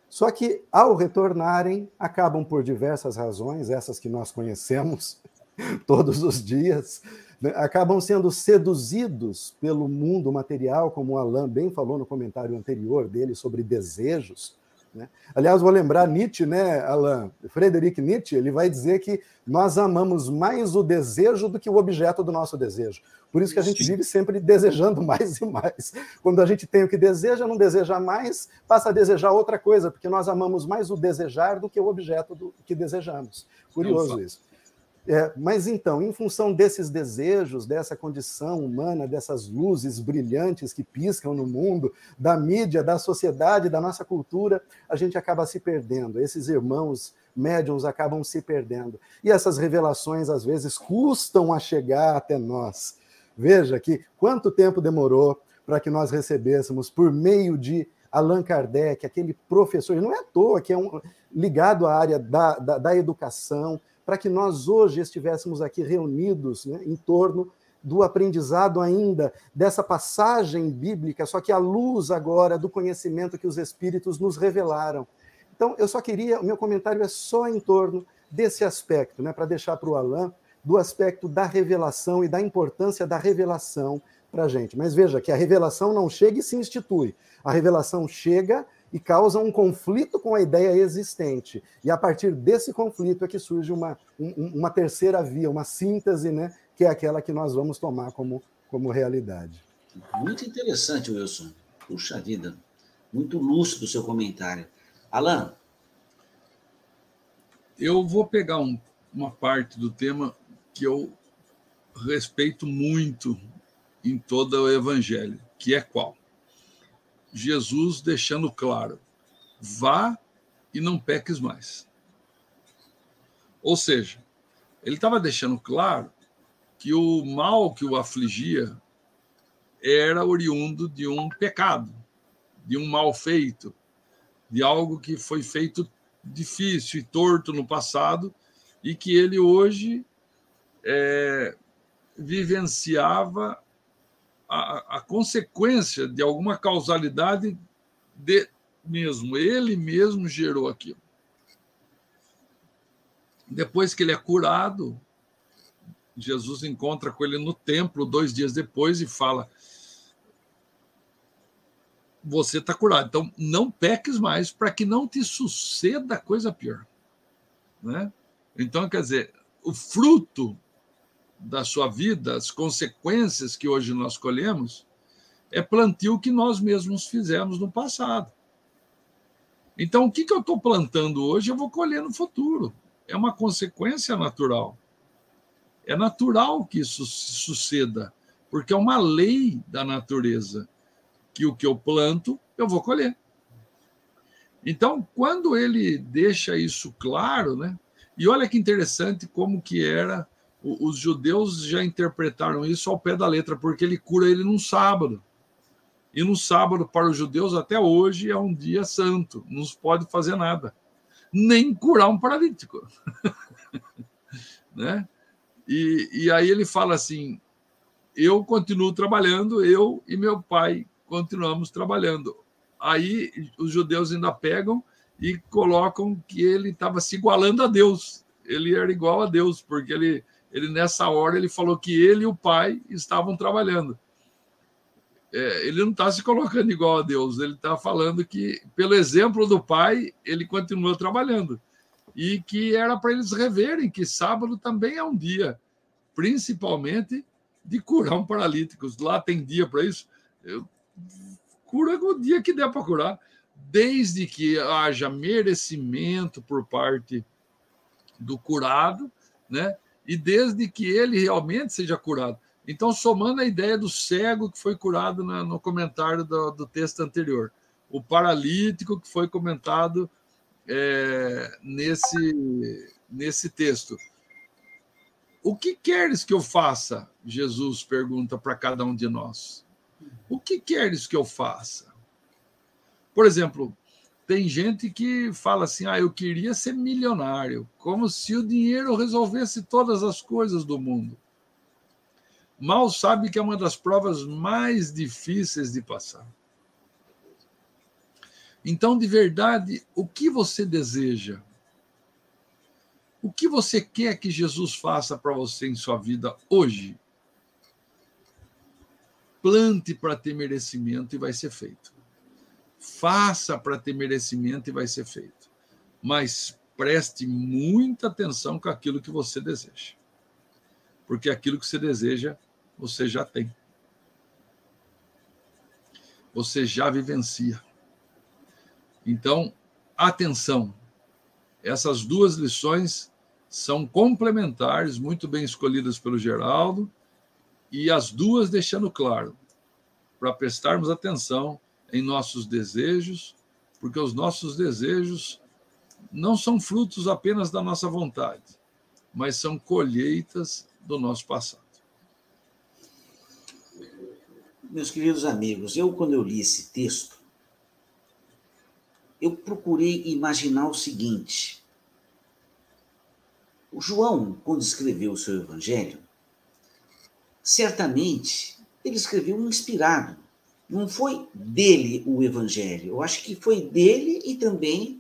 Só que, ao retornarem, acabam por diversas razões, essas que nós conhecemos todos os dias, né, acabam sendo seduzidos pelo mundo material, como o Alain bem falou no comentário anterior dele sobre desejos. Né? Aliás, vou lembrar Nietzsche, né, Alain? Friedrich Nietzsche, ele vai dizer que nós amamos mais o desejo do que o objeto do nosso desejo. Por isso que a gente vive sempre desejando mais e mais. Quando a gente tem o que deseja, não deseja mais, passa a desejar outra coisa, porque nós amamos mais o desejar do que o objeto do que desejamos. Curioso isso. Mas então, em função desses desejos, dessa condição humana, dessas luzes brilhantes que piscam no mundo, da mídia, da sociedade, da nossa cultura, a gente acaba se perdendo. Esses irmãos médiuns acabam se perdendo. E essas revelações, às vezes, custam a chegar até nós. Veja que quanto tempo demorou para que nós recebêssemos, por meio de Allan Kardec, aquele professor, não é à toa que é ligado à área da educação, para que nós hoje estivéssemos aqui reunidos, né, em torno do aprendizado ainda dessa passagem bíblica, só que à luz agora do conhecimento que os Espíritos nos revelaram. Então, eu só queria, o meu comentário é só em torno desse aspecto, né, para deixar para o Alain, do aspecto da revelação e da importância da revelação para a gente. Mas veja que a revelação não chega e se institui. A revelação chega e causa um conflito com a ideia existente. E a partir desse conflito é que surge uma terceira via, uma síntese, né, que é aquela que nós vamos tomar como realidade. Muito interessante, Wilson. Puxa vida, muito lúcido o seu comentário. Alain? Eu vou pegar uma parte do tema que eu respeito muito em todo o Evangelho, que é qual? Jesus deixando claro, vá e não peques mais. Ou seja, ele estava deixando claro que o mal que o afligia era oriundo de um pecado, de um mal feito, de algo que foi feito difícil e torto no passado e que ele hoje vivenciava a consequência de alguma causalidade mesmo. Ele mesmo gerou aquilo. Depois que ele é curado, Jesus encontra com ele no templo 2 dias depois e fala: você está curado, então não peques mais para que não te suceda coisa pior. Né? Então, quer dizer, o fruto da sua vida, as consequências que hoje nós colhemos, é plantio que nós mesmos fizemos no passado. Então, o que eu estou plantando hoje, eu vou colher no futuro. É uma consequência natural. É natural que isso suceda, porque é uma lei da natureza, que o que eu planto, eu vou colher. Então, quando ele deixa isso claro, né? E olha que interessante como que era. Os judeus já interpretaram isso ao pé da letra, porque ele cura ele num sábado. E no sábado, para os judeus, até hoje, é um dia santo. Não se pode fazer nada. Nem curar um paralítico. Né? E aí ele fala assim, eu continuo trabalhando, eu e meu pai continuamos trabalhando. Aí os judeus ainda pegam e colocam que ele estava se igualando a Deus. Ele era igual a Deus, porque ele nessa hora ele falou que ele e o pai estavam trabalhando. Ele não está se colocando igual a Deus, ele está falando que, pelo exemplo do pai, ele continua trabalhando. E que era para eles reverem que sábado também é um dia, principalmente de curar um paralítico. Lá tem dia para isso. Cura o dia que der para curar, desde que haja merecimento por parte do curado, né? E desde que ele realmente seja curado. Então, somando a ideia do cego que foi curado no comentário do texto anterior, o paralítico que foi comentado nesse texto. O que queres que eu faça? Jesus pergunta para cada um de nós. O que queres que eu faça? Por exemplo, tem gente que fala assim, eu queria ser milionário, como se o dinheiro resolvesse todas as coisas do mundo. Mal sabe que é uma das provas mais difíceis de passar. Então, de verdade, o que você deseja? O que você quer que Jesus faça para você em sua vida hoje? Plante para ter merecimento e vai ser feito. Faça para ter merecimento e vai ser feito. Mas preste muita atenção com aquilo que você deseja. Porque aquilo que você deseja, você já tem. Você já vivencia. Então, atenção. Essas duas lições são complementares, muito bem escolhidas pelo Geraldo, e as duas deixando claro, para prestarmos atenção em nossos desejos, porque os nossos desejos não são frutos apenas da nossa vontade, mas são colheitas do nosso passado. Meus queridos amigos, quando eu li esse texto, eu procurei imaginar o seguinte: o João, quando escreveu o seu evangelho, certamente ele escreveu inspirado. Não foi dele o evangelho. Eu acho que foi dele e também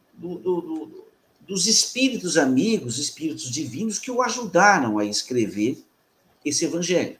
dos espíritos amigos, espíritos divinos que o ajudaram a escrever esse evangelho.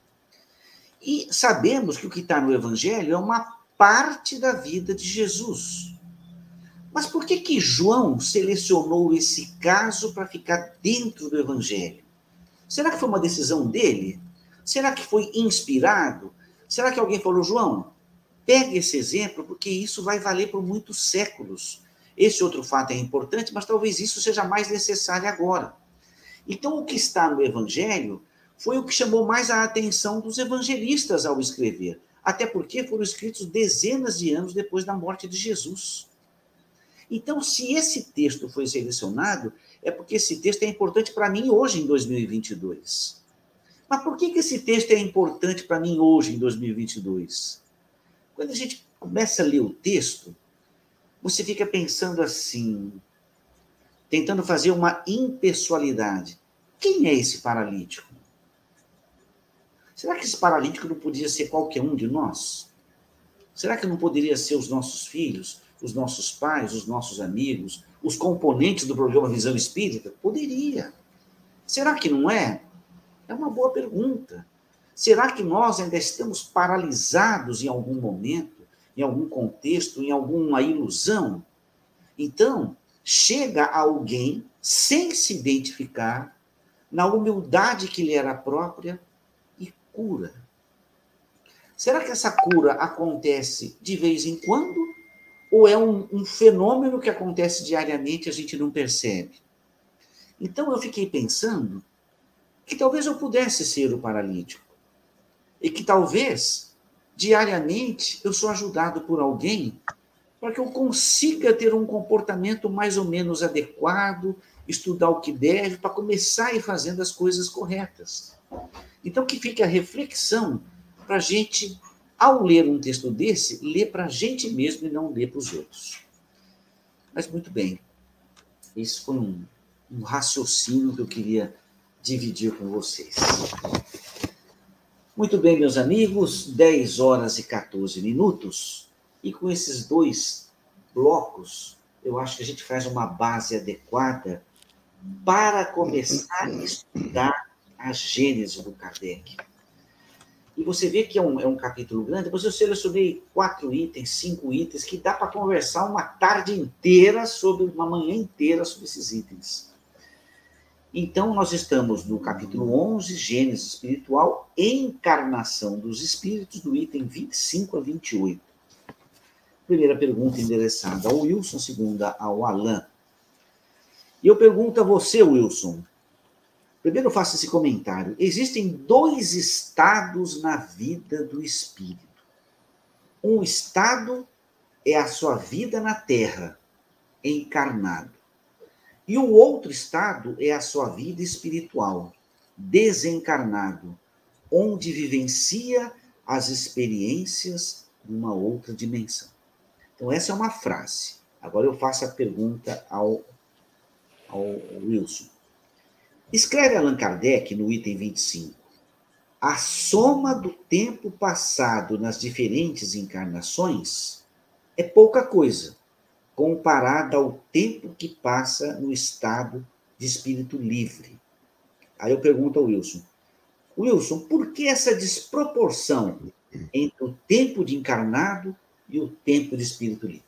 E sabemos que o que está no evangelho é uma parte da vida de Jesus. Mas por que João selecionou esse caso para ficar dentro do evangelho? Será que foi uma decisão dele? Será que foi inspirado? Será que alguém falou, João, pegue esse exemplo, porque isso vai valer por muitos séculos. Esse outro fato é importante, mas talvez isso seja mais necessário agora. Então, o que está no evangelho foi o que chamou mais a atenção dos evangelistas ao escrever, até porque foram escritos dezenas de anos depois da morte de Jesus. Então, se esse texto foi selecionado, é porque esse texto é importante para mim hoje, em 2022. Mas por que esse texto é importante para mim hoje, em 2022? Quando a gente começa a ler o texto, você fica pensando assim, tentando fazer uma impessoalidade. Quem é esse paralítico? Será que esse paralítico não podia ser qualquer um de nós? Será que não poderia ser os nossos filhos, os nossos pais, os nossos amigos, os componentes do programa Visão Espírita? Poderia. Será que não é? É uma boa pergunta. Será que nós ainda estamos paralisados em algum momento, em algum contexto, em alguma ilusão? Então, chega alguém, sem se identificar, na humildade que lhe era própria, e cura. Será que essa cura acontece de vez em quando? Ou é um fenômeno que acontece diariamente e a gente não percebe? Então, eu fiquei pensando que talvez eu pudesse ser o paralítico. E que talvez, diariamente, eu sou ajudado por alguém para que eu consiga ter um comportamento mais ou menos adequado, estudar o que deve, para começar a ir fazendo as coisas corretas. Então, que fique a reflexão para a gente, ao ler um texto desse, ler para a gente mesmo e não ler para os outros. Mas, muito bem, esse foi um raciocínio que eu queria dividir com vocês. Muito bem, meus amigos, 10 horas e 14 minutos, e com esses dois blocos, eu acho que a gente faz uma base adequada para começar a estudar a Gênese do Kardec. E você vê que é um capítulo grande, depois eu selecionei 4 itens, 5 itens, que dá para conversar uma tarde inteira, uma manhã inteira sobre esses itens. Então, nós estamos no capítulo 11, Gênese Espiritual, Encarnação dos Espíritos, do item 25 a 28. Primeira pergunta endereçada ao Wilson, segunda ao Alain. E eu pergunto a você, Wilson. Primeiro eu faço esse comentário. Existem 2 estados na vida do espírito. Um estado é a sua vida na Terra, encarnado. E o outro estado é a sua vida espiritual, desencarnado, onde vivencia as experiências numa outra dimensão. Então, essa é uma frase. Agora eu faço a pergunta ao Wilson. Escreve Allan Kardec no item 25. A soma do tempo passado nas diferentes encarnações é pouca coisa comparada ao tempo que passa no estado de espírito livre. Aí eu pergunto ao Wilson, por que essa desproporção entre o tempo de encarnado e o tempo de espírito livre?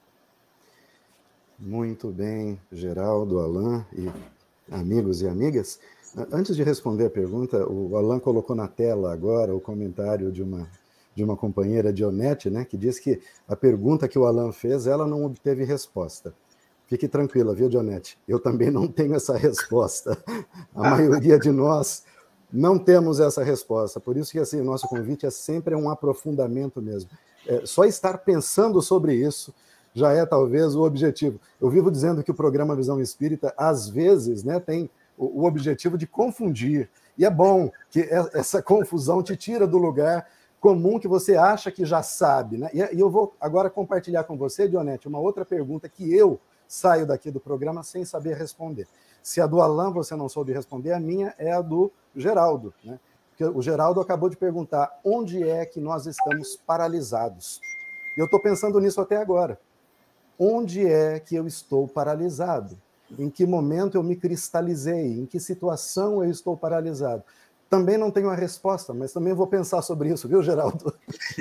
Muito bem, Geraldo, Alain e amigos e amigas. Antes de responder a pergunta, o Alain colocou na tela agora o comentário de uma companheira, Dionete, né, que diz que a pergunta que o Alain fez, ela não obteve resposta. Fique tranquila, viu, Dionete? Eu também não tenho essa resposta. A maioria de nós não temos essa resposta. Por isso que assim, o nosso convite é sempre um aprofundamento mesmo. Só estar pensando sobre isso já é talvez o objetivo. Eu vivo dizendo que o programa Visão Espírita, às vezes, né, tem o objetivo de confundir. E é bom que essa confusão te tira do lugar comum que você acha que já sabe. Né? E eu vou agora compartilhar com você, Dionete, uma outra pergunta que eu saio daqui do programa sem saber responder. Se a do Alain você não soube responder, a minha é a do Geraldo. Né? Porque o Geraldo acabou de perguntar onde é que nós estamos paralisados. E eu estou pensando nisso até agora. Onde é que eu estou paralisado? Em que momento eu me cristalizei? Em que situação eu estou paralisado? Também não tenho a resposta, mas também vou pensar sobre isso, viu, Geraldo?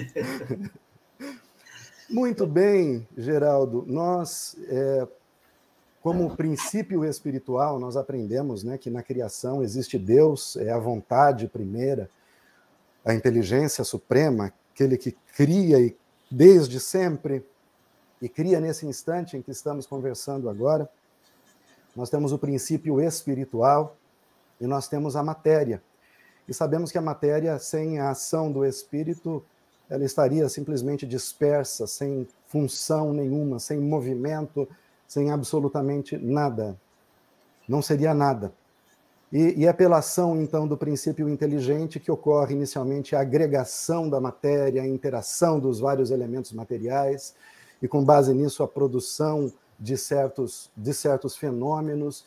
Muito bem, Geraldo. Nós, como princípio espiritual, nós aprendemos, né, que na criação existe Deus, é a vontade primeira, a inteligência suprema, aquele que cria e desde sempre, e cria nesse instante em que estamos conversando agora. Nós temos o princípio espiritual e nós temos a matéria. E sabemos que a matéria, sem a ação do espírito, ela estaria simplesmente dispersa, sem função nenhuma, sem movimento, sem absolutamente nada. Não seria nada. E é pela ação, então, do princípio inteligente que ocorre inicialmente a agregação da matéria, a interação dos vários elementos materiais, e com base nisso a produção de certos fenômenos,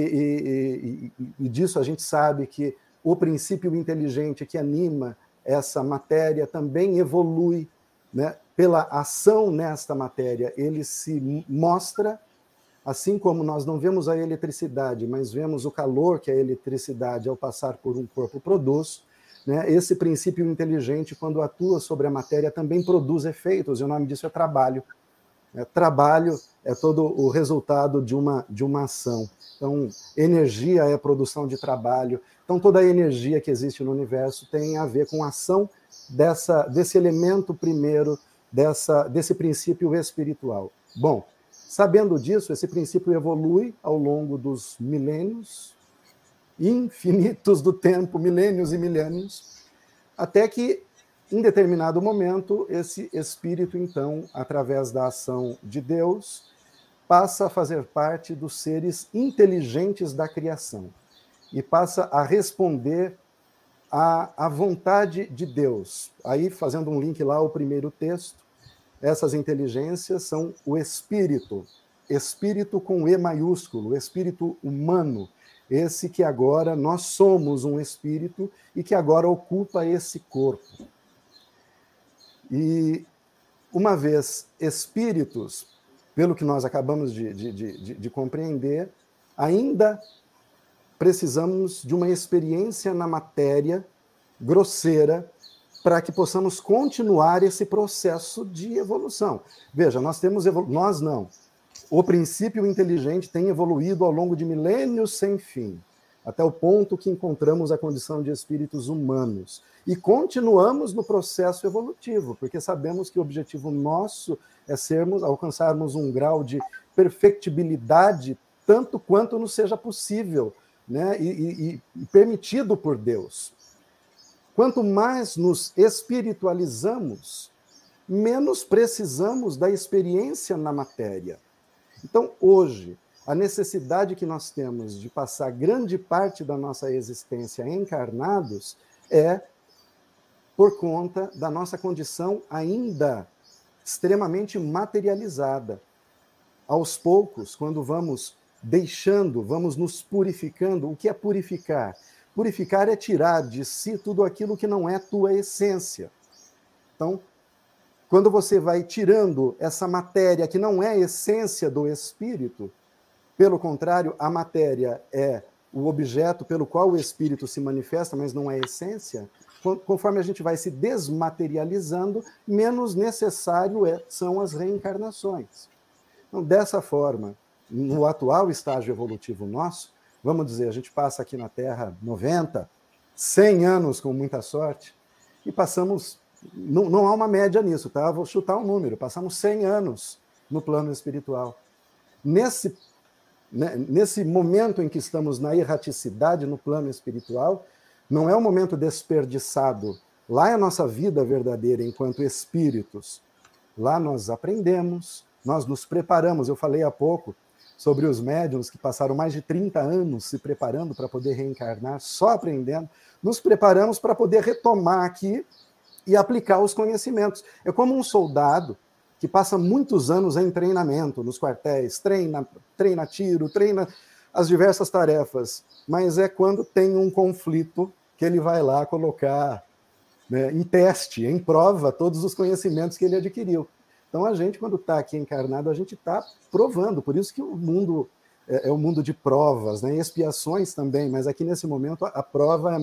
e disso a gente sabe que o princípio inteligente que anima essa matéria também evolui, né? Pela ação nesta matéria, ele se mostra, assim como nós não vemos a eletricidade, mas vemos o calor que a eletricidade, ao passar por um corpo, produz, né? Esse princípio inteligente, quando atua sobre a matéria, também produz efeitos, e o nome disso é trabalho. Trabalho é todo o resultado de uma ação. Então, energia é produção de trabalho. Então, toda a energia que existe no universo tem a ver com a ação desse elemento primeiro, desse princípio espiritual. Bom, sabendo disso, esse princípio evolui ao longo dos milênios, infinitos do tempo, milênios e milênios, até que em determinado momento, esse espírito, então, através da ação de Deus, passa a fazer parte dos seres inteligentes da criação e passa a responder à vontade de Deus. Aí, fazendo um link lá ao primeiro texto, essas inteligências são o espírito com E maiúsculo, espírito humano, esse que agora nós somos um espírito e que agora ocupa esse corpo. E, uma vez espíritos, pelo que nós acabamos de compreender, ainda precisamos de uma experiência na matéria grosseira para que possamos continuar esse processo de evolução. Veja, nós não. O princípio inteligente tem evoluído ao longo de milênios sem fim, até o ponto que encontramos a condição de espíritos humanos. E continuamos no processo evolutivo, porque sabemos que o objetivo nosso é alcançarmos um grau de perfectibilidade tanto quanto nos seja possível, né? e permitido por Deus. Quanto mais nos espiritualizamos, menos precisamos da experiência na matéria. Então, hoje, a necessidade que nós temos de passar grande parte da nossa existência encarnados é por conta da nossa condição ainda extremamente materializada. Aos poucos, quando vamos vamos nos purificando. O que é purificar? Purificar é tirar de si tudo aquilo que não é tua essência. Então, quando você vai tirando essa matéria que não é a essência do espírito, pelo contrário, a matéria é o objeto pelo qual o espírito se manifesta, mas não é a essência, conforme a gente vai se desmaterializando, menos necessário são as reencarnações. Então, dessa forma, no atual estágio evolutivo nosso, vamos dizer, a gente passa aqui na Terra 90, 100 anos com muita sorte, e passamos, não há uma média nisso, tá? Vou chutar um número, passamos 100 anos no plano espiritual. Nesse momento em que estamos na erraticidade no plano espiritual, não é um momento desperdiçado. Lá é a nossa vida verdadeira enquanto espíritos. Lá nós aprendemos, nós nos preparamos. Eu falei há pouco sobre os médiuns que passaram mais de 30 anos se preparando para poder reencarnar, só aprendendo. Nos preparamos para poder retomar aqui e aplicar os conhecimentos. É como um soldado que passa muitos anos em treinamento nos quartéis, treina tiro, treina as diversas tarefas, mas é quando tem um conflito que ele vai lá colocar, né, em teste, em prova, todos os conhecimentos que ele adquiriu. Então, a gente, quando está aqui encarnado, a gente está provando, por isso que o mundo é um mundo de provas, né, e expiações também, mas aqui nesse momento a prova é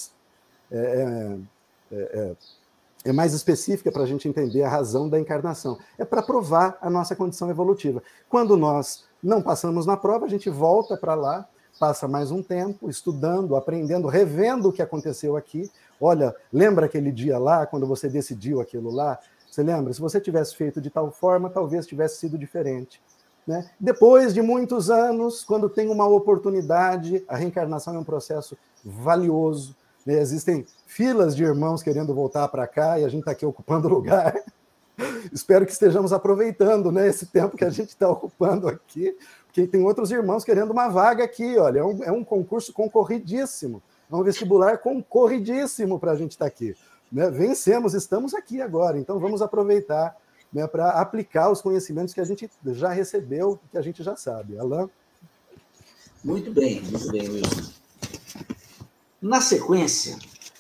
mais específica para a gente entender a razão da encarnação. É para provar a nossa condição evolutiva. Quando nós não passamos na prova, a gente volta para lá, passa mais um tempo estudando, aprendendo, revendo o que aconteceu aqui. Olha, lembra aquele dia lá, quando você decidiu aquilo lá? Você lembra? Se você tivesse feito de tal forma, talvez tivesse sido diferente. Né? Depois de muitos anos, quando tem uma oportunidade, a reencarnação é um processo valioso. Né? Existem filas de irmãos querendo voltar para cá e a gente está aqui ocupando lugar. Espero que estejamos aproveitando, né, esse tempo que a gente está ocupando aqui, porque tem outros irmãos querendo uma vaga aqui. Olha, é um concurso concorridíssimo, é um vestibular concorridíssimo para a gente estar aqui. Né? Vencemos, estamos aqui agora, então vamos aproveitar, né, para aplicar os conhecimentos que a gente já recebeu, que a gente já sabe. Alain? Muito bem, Wilson. Na sequência,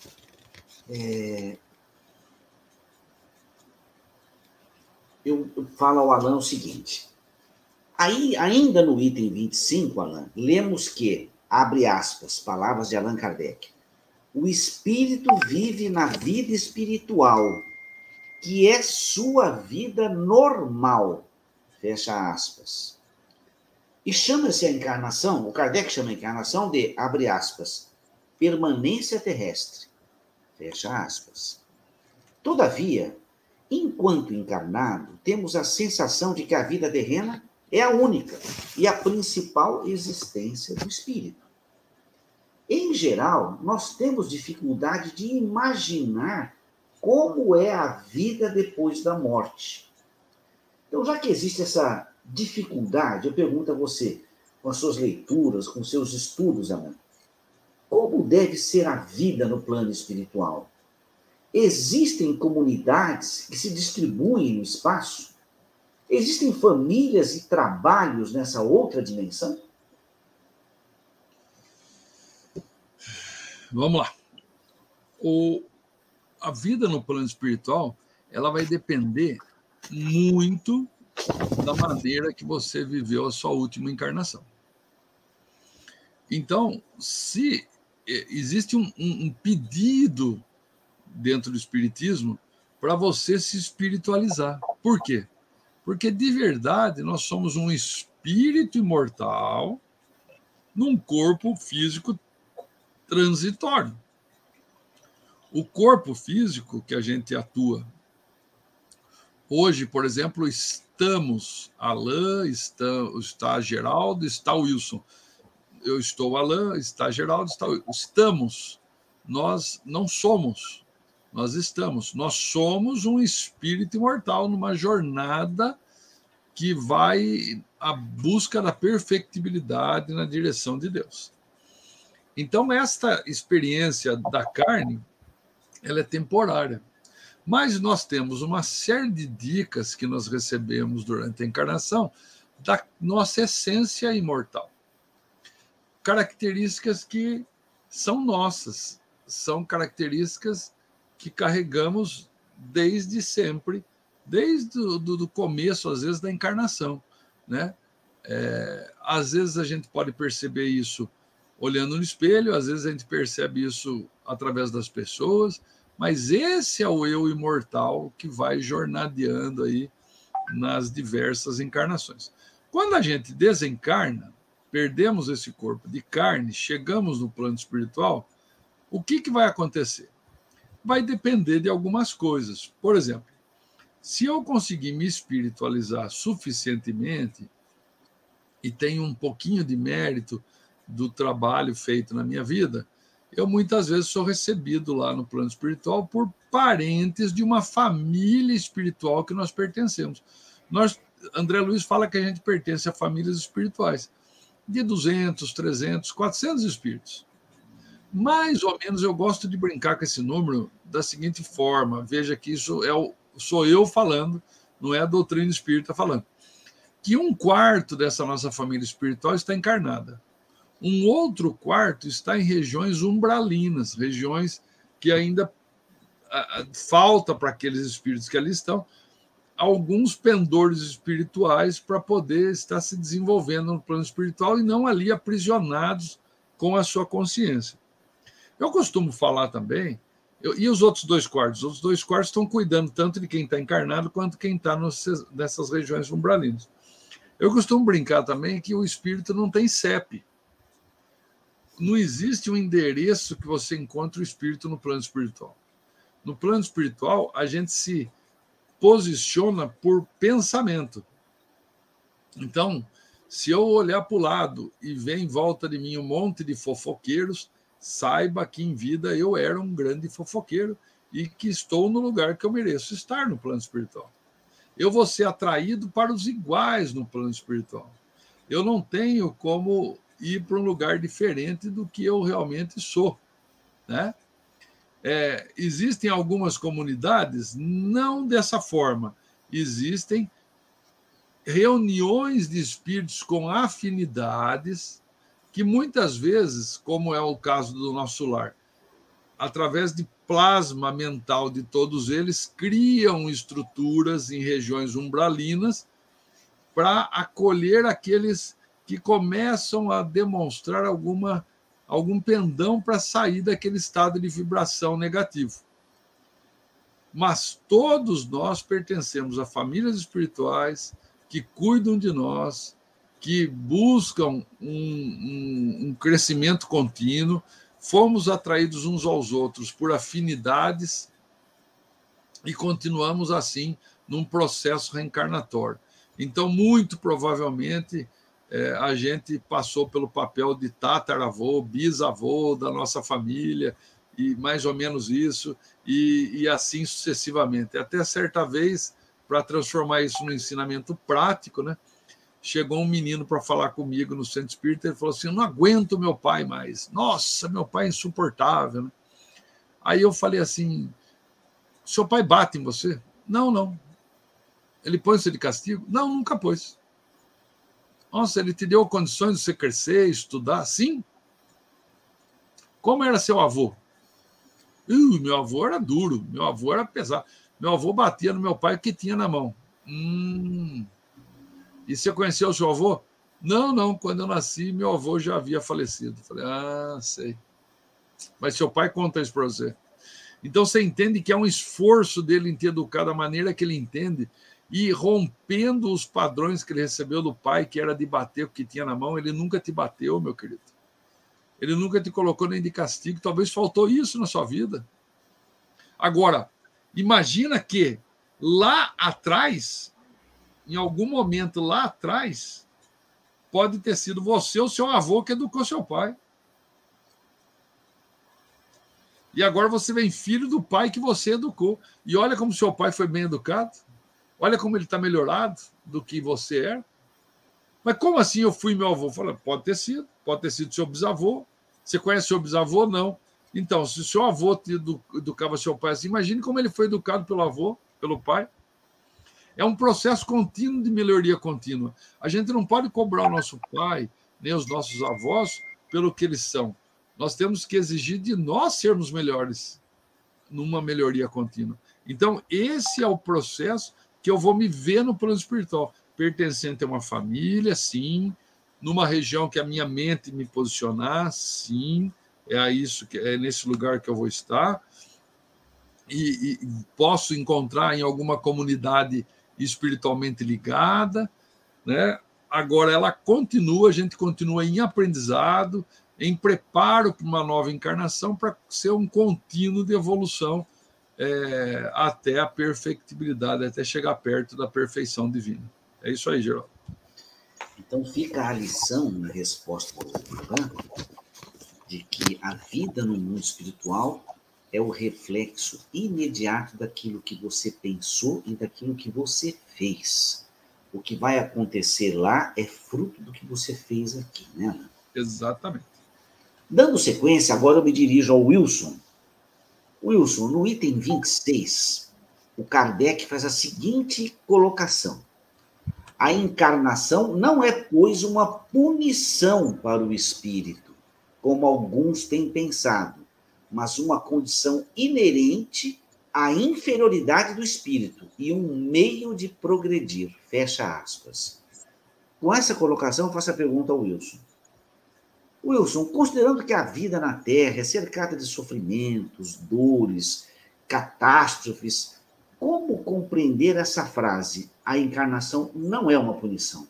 eu falo ao Alain o seguinte. Aí, ainda no item 25, Alain, lemos que, abre aspas, palavras de Allan Kardec, o espírito vive na vida espiritual, que é sua vida normal, fecha aspas. E chama-se a encarnação, o Kardec chama a encarnação de, abre aspas, permanência terrestre, fecha aspas. Todavia, enquanto encarnado, temos a sensação de que a vida terrena é a única e a principal existência do espírito. Em geral, nós temos dificuldade de imaginar como é a vida depois da morte. Então, já que existe essa dificuldade, eu pergunto a você, com as suas leituras, com seus estudos, Alain, como deve ser a vida no plano espiritual? Existem comunidades que se distribuem no espaço? Existem famílias e trabalhos nessa outra dimensão? Vamos lá. A vida no plano espiritual, ela vai depender muito da maneira que você viveu a sua última encarnação. Então, se existe um pedido dentro do espiritismo para você se espiritualizar. Por quê? Porque, de verdade, nós somos um espírito imortal num corpo físico transitório. O corpo físico que a gente atua hoje, por exemplo, estamos Alain, está Geraldo, está Wilson. Eu estou Alain, está Geraldo, está Wilson. Estamos. Nós não somos. Nós estamos. Nós somos um espírito imortal numa jornada que vai à busca da perfectibilidade na direção de Deus. Então, esta experiência da carne, ela é temporária. Mas nós temos uma série de dicas que nós recebemos durante a encarnação da nossa essência imortal. Características que são nossas, são características que carregamos desde sempre desde do começo, às vezes, da encarnação, né? Às vezes a gente pode perceber isso olhando no espelho, às vezes a gente percebe isso através das pessoas, mas esse é o eu imortal que vai jornadeando aí nas diversas encarnações. Quando a gente desencarna, perdemos esse corpo de carne, chegamos no plano espiritual, o que vai acontecer? Vai depender de algumas coisas. Por exemplo, se eu conseguir me espiritualizar suficientemente e tenho um pouquinho de mérito do trabalho feito na minha vida, eu muitas vezes sou recebido lá no plano espiritual por parentes de uma família espiritual que nós pertencemos. André Luiz fala que a gente pertence a famílias espirituais de 200, 300, 400 espíritos. Mais ou menos eu gosto de brincar com esse número da seguinte forma, veja que isso sou eu falando, não é a doutrina espírita falando, que 1/4 dessa nossa família espiritual está encarnada. Um outro quarto está em regiões umbralinas, regiões que ainda falta para aqueles espíritos que ali estão alguns pendores espirituais para poder estar se desenvolvendo no plano espiritual e não ali aprisionados com a sua consciência. Eu costumo falar também, e os outros 2/4? Os outros 2/4 estão cuidando tanto de quem está encarnado quanto quem está nessas regiões umbralinas. Eu costumo brincar também que o espírito não tem CEP. Não existe um endereço que você encontre o espírito no plano espiritual. No plano espiritual, a gente se posiciona por pensamento. Então, se eu olhar para o lado e ver em volta de mim um monte de fofoqueiros, saiba que em vida eu era um grande fofoqueiro e que estou no lugar que eu mereço estar no plano espiritual. Eu vou ser atraído para os iguais no plano espiritual. Eu não tenho como ir para um lugar diferente do que eu realmente sou, né? Existem algumas comunidades não dessa forma. Existem reuniões de espíritos com afinidades que muitas vezes, como é o caso do nosso lar, através de plasma mental de todos eles, criam estruturas em regiões umbralinas para acolher aqueles que começam a demonstrar algum pendão para sair daquele estado de vibração negativo. Mas todos nós pertencemos a famílias espirituais que cuidam de nós, que buscam um crescimento contínuo, fomos atraídos uns aos outros por afinidades e continuamos assim num processo reencarnatório. Então, muito provavelmente, a gente passou pelo papel de tataravô, bisavô da nossa família, e mais ou menos isso, e assim sucessivamente. Até certa vez, para transformar isso no ensinamento prático, né, chegou um menino para falar comigo no centro espírita, ele falou assim, eu não aguento meu pai mais. Nossa, meu pai é insuportável. Né? Aí eu falei assim, seu pai bate em você? Não, não. Ele põe você de castigo? Não, nunca pôs. Nossa, ele te deu condições de você crescer, estudar? Sim. Como era seu avô? Meu avô era duro, meu avô era pesado. Meu avô batia no meu pai que tinha na mão. E você conheceu o seu avô? Não, não. Quando eu nasci, meu avô já havia falecido. Falei, sei. Mas seu pai conta isso para você. Então você entende que é um esforço dele em te educar da maneira que ele entende e rompendo os padrões que ele recebeu do pai, que era de bater o que tinha na mão. Ele nunca te bateu, meu querido. Ele nunca te colocou nem de castigo. Talvez faltou isso na sua vida. Agora, imagina que lá atrás, em algum momento lá atrás, pode ter sido você ou seu avô que educou seu pai. E agora você vem filho do pai que você educou. E olha como seu pai foi bem educado. Olha como ele está melhorado do que você era. Mas como assim eu fui meu avô? Fala, pode ter sido seu bisavô. Você conhece seu bisavô? Não. Então, se seu avô educava seu pai assim, imagine como ele foi educado pelo avô, pelo pai. É um processo contínuo de melhoria contínua. A gente não pode cobrar o nosso pai, nem os nossos avós, pelo que eles são. Nós temos que exigir de nós sermos melhores numa melhoria contínua. Então, esse é o processo que eu vou me ver no plano espiritual, pertencente a uma família, sim, numa região que a minha mente me posicionar, sim, é nesse lugar que eu vou estar, e posso encontrar em alguma comunidade espiritualmente ligada, né? Agora a gente continua em aprendizado, em preparo para uma nova encarnação, para ser um contínuo de evolução até a perfectibilidade, até chegar perto da perfeição divina. É isso aí, Geraldo. Então fica a lição na resposta do Ivan, de que a vida no mundo espiritual é o reflexo imediato daquilo que você pensou e daquilo que você fez. O que vai acontecer lá é fruto do que você fez aqui, né, Alain? Exatamente. Dando sequência, agora eu me dirijo ao Wilson. Wilson, no item 26, o Kardec faz a seguinte colocação. A encarnação não é, pois, uma punição para o espírito, como alguns têm pensado, mas uma condição inerente à inferioridade do espírito e um meio de progredir. Fecha aspas. Com essa colocação, eu faço a pergunta ao Wilson. Wilson, considerando que a vida na Terra é cercada de sofrimentos, dores, catástrofes, como compreender essa frase? A encarnação não é uma punição.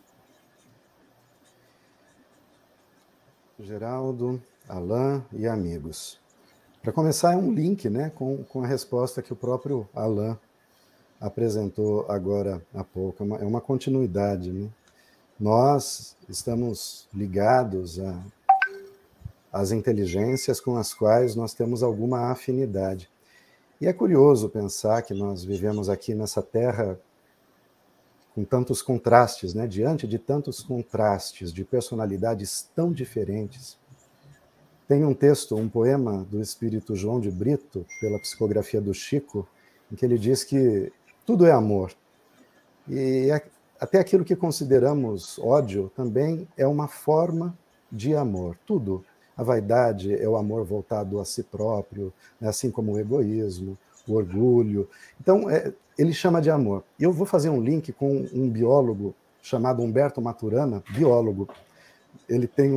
Geraldo, Alain e amigos. Para começar, é um link, né, com a resposta que o próprio Alain apresentou agora há pouco. É uma continuidade, né? Nós estamos ligados às inteligências com as quais nós temos alguma afinidade. E é curioso pensar que nós vivemos aqui nessa terra com tantos contrastes, né? Diante de tantos contrastes, de personalidades tão diferentes. Tem um texto, um poema do espírito João de Brito, pela psicografia do Chico, em que ele diz que tudo é amor. E até aquilo que consideramos ódio também é uma forma de amor. Tudo. A vaidade é o amor voltado a si próprio, né? Assim como o egoísmo, o orgulho. Então, ele chama de amor. E eu vou fazer um link com um biólogo chamado Humberto Maturana, biólogo. Ele tem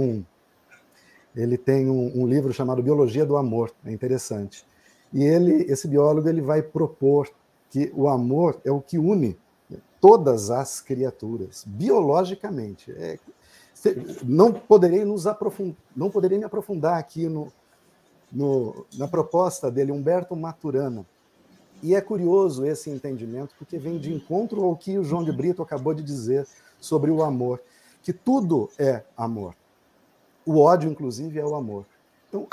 um livro chamado Biologia do Amor, é interessante. E esse biólogo ele vai propor que o amor é o que une todas as criaturas, biologicamente. Não poderei me aprofundar aqui na proposta dele, Humberto Maturana. E é curioso esse entendimento, porque vem de encontro ao que o João de Brito acabou de dizer sobre o amor, que tudo é amor. O ódio, inclusive, é o amor. Então,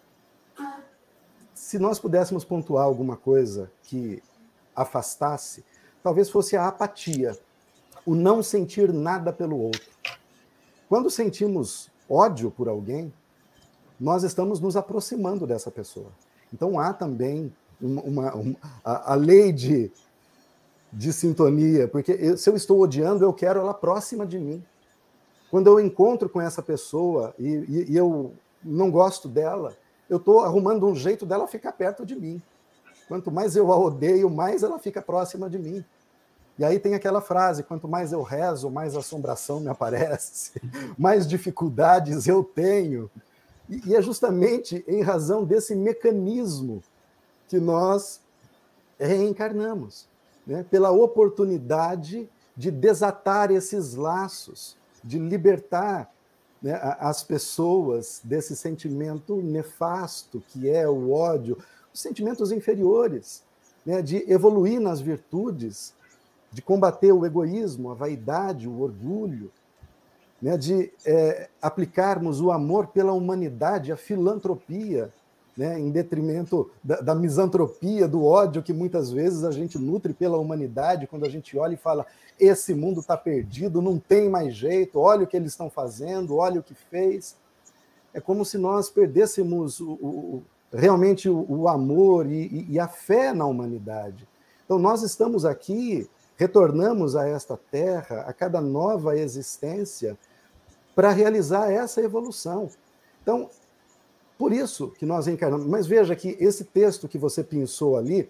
se nós pudéssemos pontuar alguma coisa que afastasse, talvez fosse a apatia, o não sentir nada pelo outro. Quando sentimos ódio por alguém, nós estamos nos aproximando dessa pessoa. Então há também a lei de sintonia, porque se eu estou odiando, eu quero ela próxima de mim. Quando eu encontro com essa pessoa e eu não gosto dela, eu estou arrumando um jeito dela ficar perto de mim. Quanto mais eu a odeio, mais ela fica próxima de mim. E aí tem aquela frase, quanto mais eu rezo, mais assombração me aparece, mais dificuldades eu tenho. E é justamente em razão desse mecanismo que nós reencarnamos, né? Pela oportunidade de desatar esses laços, de libertar, né, as pessoas desse sentimento nefasto que é o ódio, os sentimentos inferiores, né, de evoluir nas virtudes, de combater o egoísmo, a vaidade, o orgulho, né, de aplicarmos o amor pela humanidade, a filantropia, né, em detrimento da misantropia, do ódio que muitas vezes a gente nutre pela humanidade, quando a gente olha e fala, esse mundo está perdido, não tem mais jeito, olha o que eles estão fazendo, olha o que fez. É como se nós perdêssemos realmente o amor e a fé na humanidade. Então nós estamos aqui, retornamos a esta terra, a cada nova existência, para realizar essa evolução. Então, por isso que nós encarnamos. Mas veja que esse texto que você pensou ali,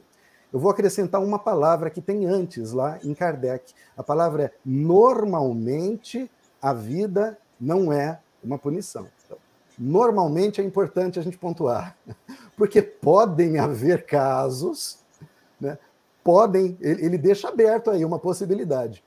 Eu vou acrescentar uma palavra que tem antes lá em Kardec. A palavra é: normalmente a vida não é uma punição. Então, normalmente é importante a gente pontuar, porque podem haver casos, né? Ele deixa aberto aí uma possibilidade,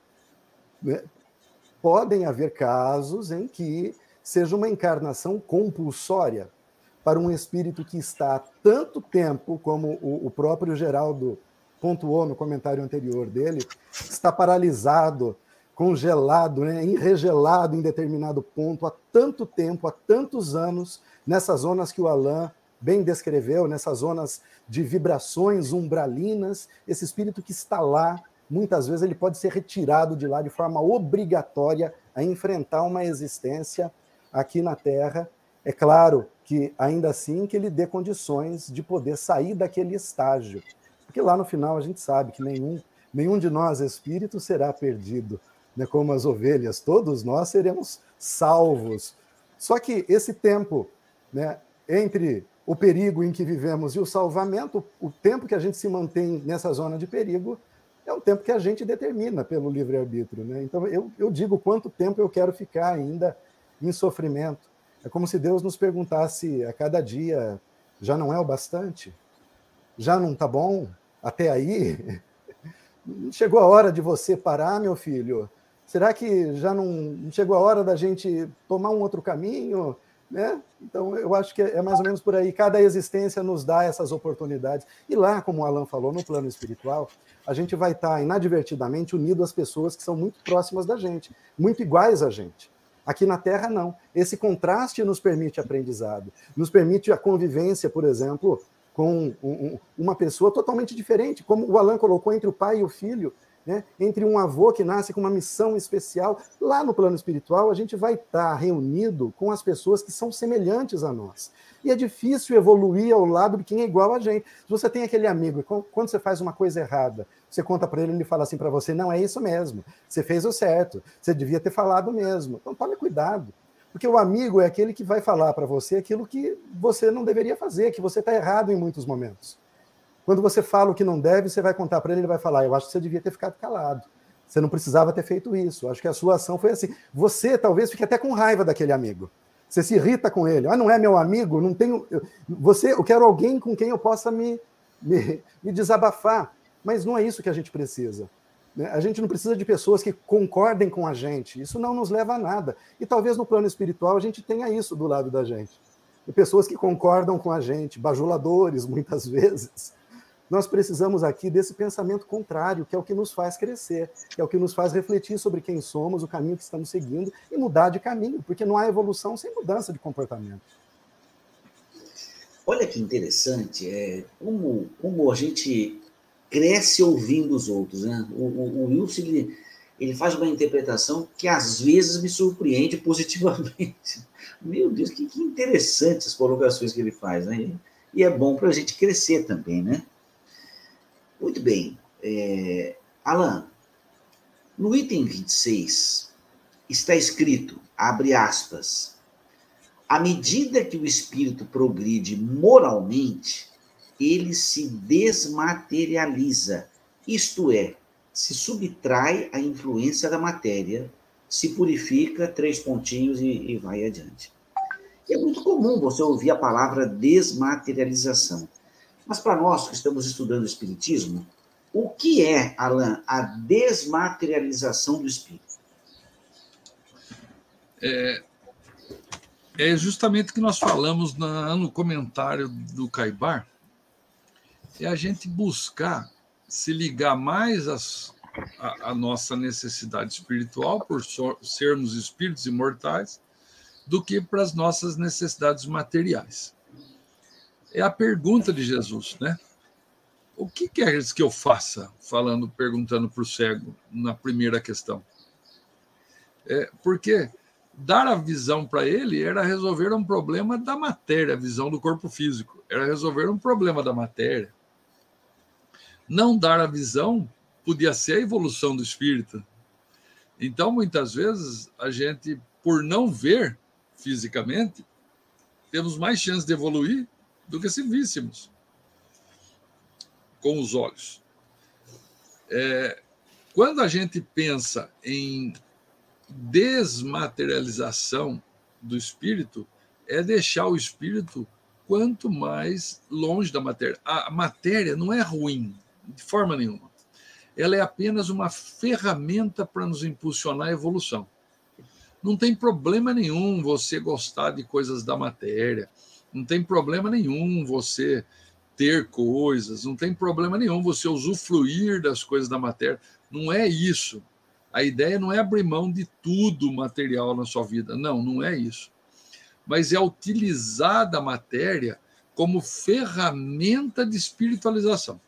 né? Podem haver casos em que seja uma encarnação compulsória para um espírito que está há tanto tempo, como o próprio Geraldo pontuou no comentário anterior dele, está paralisado, congelado, né, enregelado em determinado ponto há tanto tempo, há tantos anos, nessas zonas que o Alain bem descreveu, nessas zonas de vibrações umbralinas. Esse espírito que está lá, muitas vezes ele pode ser retirado de lá de forma obrigatória a enfrentar uma existência aqui na Terra. É claro que, ainda assim, que ele dê condições de poder sair daquele estágio. Porque lá no final a gente sabe que nenhum de nós espíritos será perdido, né? Como as ovelhas, todos nós seremos salvos. Só que esse tempo, né, entre o perigo em que vivemos e o salvamento, o tempo que a gente se mantém nessa zona de perigo, é um tempo que a gente determina pelo livre-arbítrio, né? Então eu digo quanto tempo eu quero ficar ainda em sofrimento. É como se Deus nos perguntasse a cada dia: já não é o bastante? Já não está bom? Até aí? Chegou a hora de você parar, meu filho? Será que já não chegou a hora da gente tomar um outro caminho? Né? Então, eu acho que é mais ou menos por aí. Cada existência nos dá essas oportunidades. E lá, como o Alain falou, no plano espiritual, a gente vai estar inadvertidamente unido às pessoas que são muito próximas da gente, muito iguais a gente. Aqui na Terra, não. Esse contraste nos permite aprendizado, nos permite a convivência, por exemplo, com uma pessoa totalmente diferente, como o Alain colocou, entre o pai e o filho, né? Entre um avô que nasce com uma missão especial. Lá no plano espiritual, a gente vai estar reunido com as pessoas que são semelhantes a nós. E é difícil evoluir ao lado de quem é igual a gente. Se você tem aquele amigo, quando você faz uma coisa errada, você conta para ele, ele fala assim para você: não, é isso mesmo, você fez o certo, você devia ter falado mesmo. Então tome cuidado, porque o amigo é aquele que vai falar para você aquilo que você não deveria fazer, que você está errado em muitos momentos. Quando você fala o que não deve, você vai contar para ele, ele vai falar: eu acho que você devia ter ficado calado, você não precisava ter feito isso, eu acho que a sua ação foi assim. Você talvez fique até com raiva daquele amigo, você se irrita com ele: ah, não é meu amigo, não tenho... eu quero alguém com quem eu possa me desabafar. Mas não é isso que a gente precisa. A gente não precisa de pessoas que concordem com a gente, isso não nos leva a nada. E talvez no plano espiritual a gente tenha isso do lado da gente. E pessoas que concordam com a gente, bajuladores muitas vezes. Nós precisamos aqui desse pensamento contrário, que é o que nos faz crescer, que é o que nos faz refletir sobre quem somos, o caminho que estamos seguindo e mudar de caminho, porque não há evolução sem mudança de comportamento. Olha que interessante, como a gente cresce ouvindo os outros, né? O Wilson, ele faz uma interpretação que às vezes me surpreende positivamente. Meu Deus, que interessantes as colocações que ele faz, né? E é bom para a gente crescer também, né? Muito bem. Alain, no item 26 está escrito, abre aspas: à medida que o espírito progride moralmente, ele se desmaterializa, isto é, se subtrai à influência da matéria, se purifica, 3 pontinhos e vai adiante. E é muito comum você ouvir a palavra desmaterialização. Mas para nós que estamos estudando o Espiritismo, o que é, Alain, a desmaterialização do espírito? É justamente o que nós falamos no comentário do Caibar, é a gente buscar se ligar mais à nossa necessidade espiritual, por sermos espíritos imortais, do que para as nossas necessidades materiais. É a pergunta de Jesus, né? O que queres que eu faça? Perguntando para o cego na primeira questão. Porque dar a visão para ele era resolver um problema da matéria, a visão do corpo físico. Era resolver um problema da matéria. Não dar a visão podia ser a evolução do espírito. Então, muitas vezes, a gente, por não ver fisicamente, temos mais chance de evoluir do que se víssemos. com os olhos. Quando a gente pensa em desmaterialização do espírito, é deixar o espírito quanto mais longe da matéria. A matéria não é ruim, de forma nenhuma. Ela é apenas uma ferramenta para nos impulsionar a evolução. Não tem problema nenhum você gostar de coisas da matéria, não tem problema nenhum você ter coisas, não tem problema nenhum você usufruir das coisas da matéria. Não é isso. A ideia não é abrir mão de tudo material na sua vida. Não, não é isso. Mas é utilizar da matéria como ferramenta de espiritualização.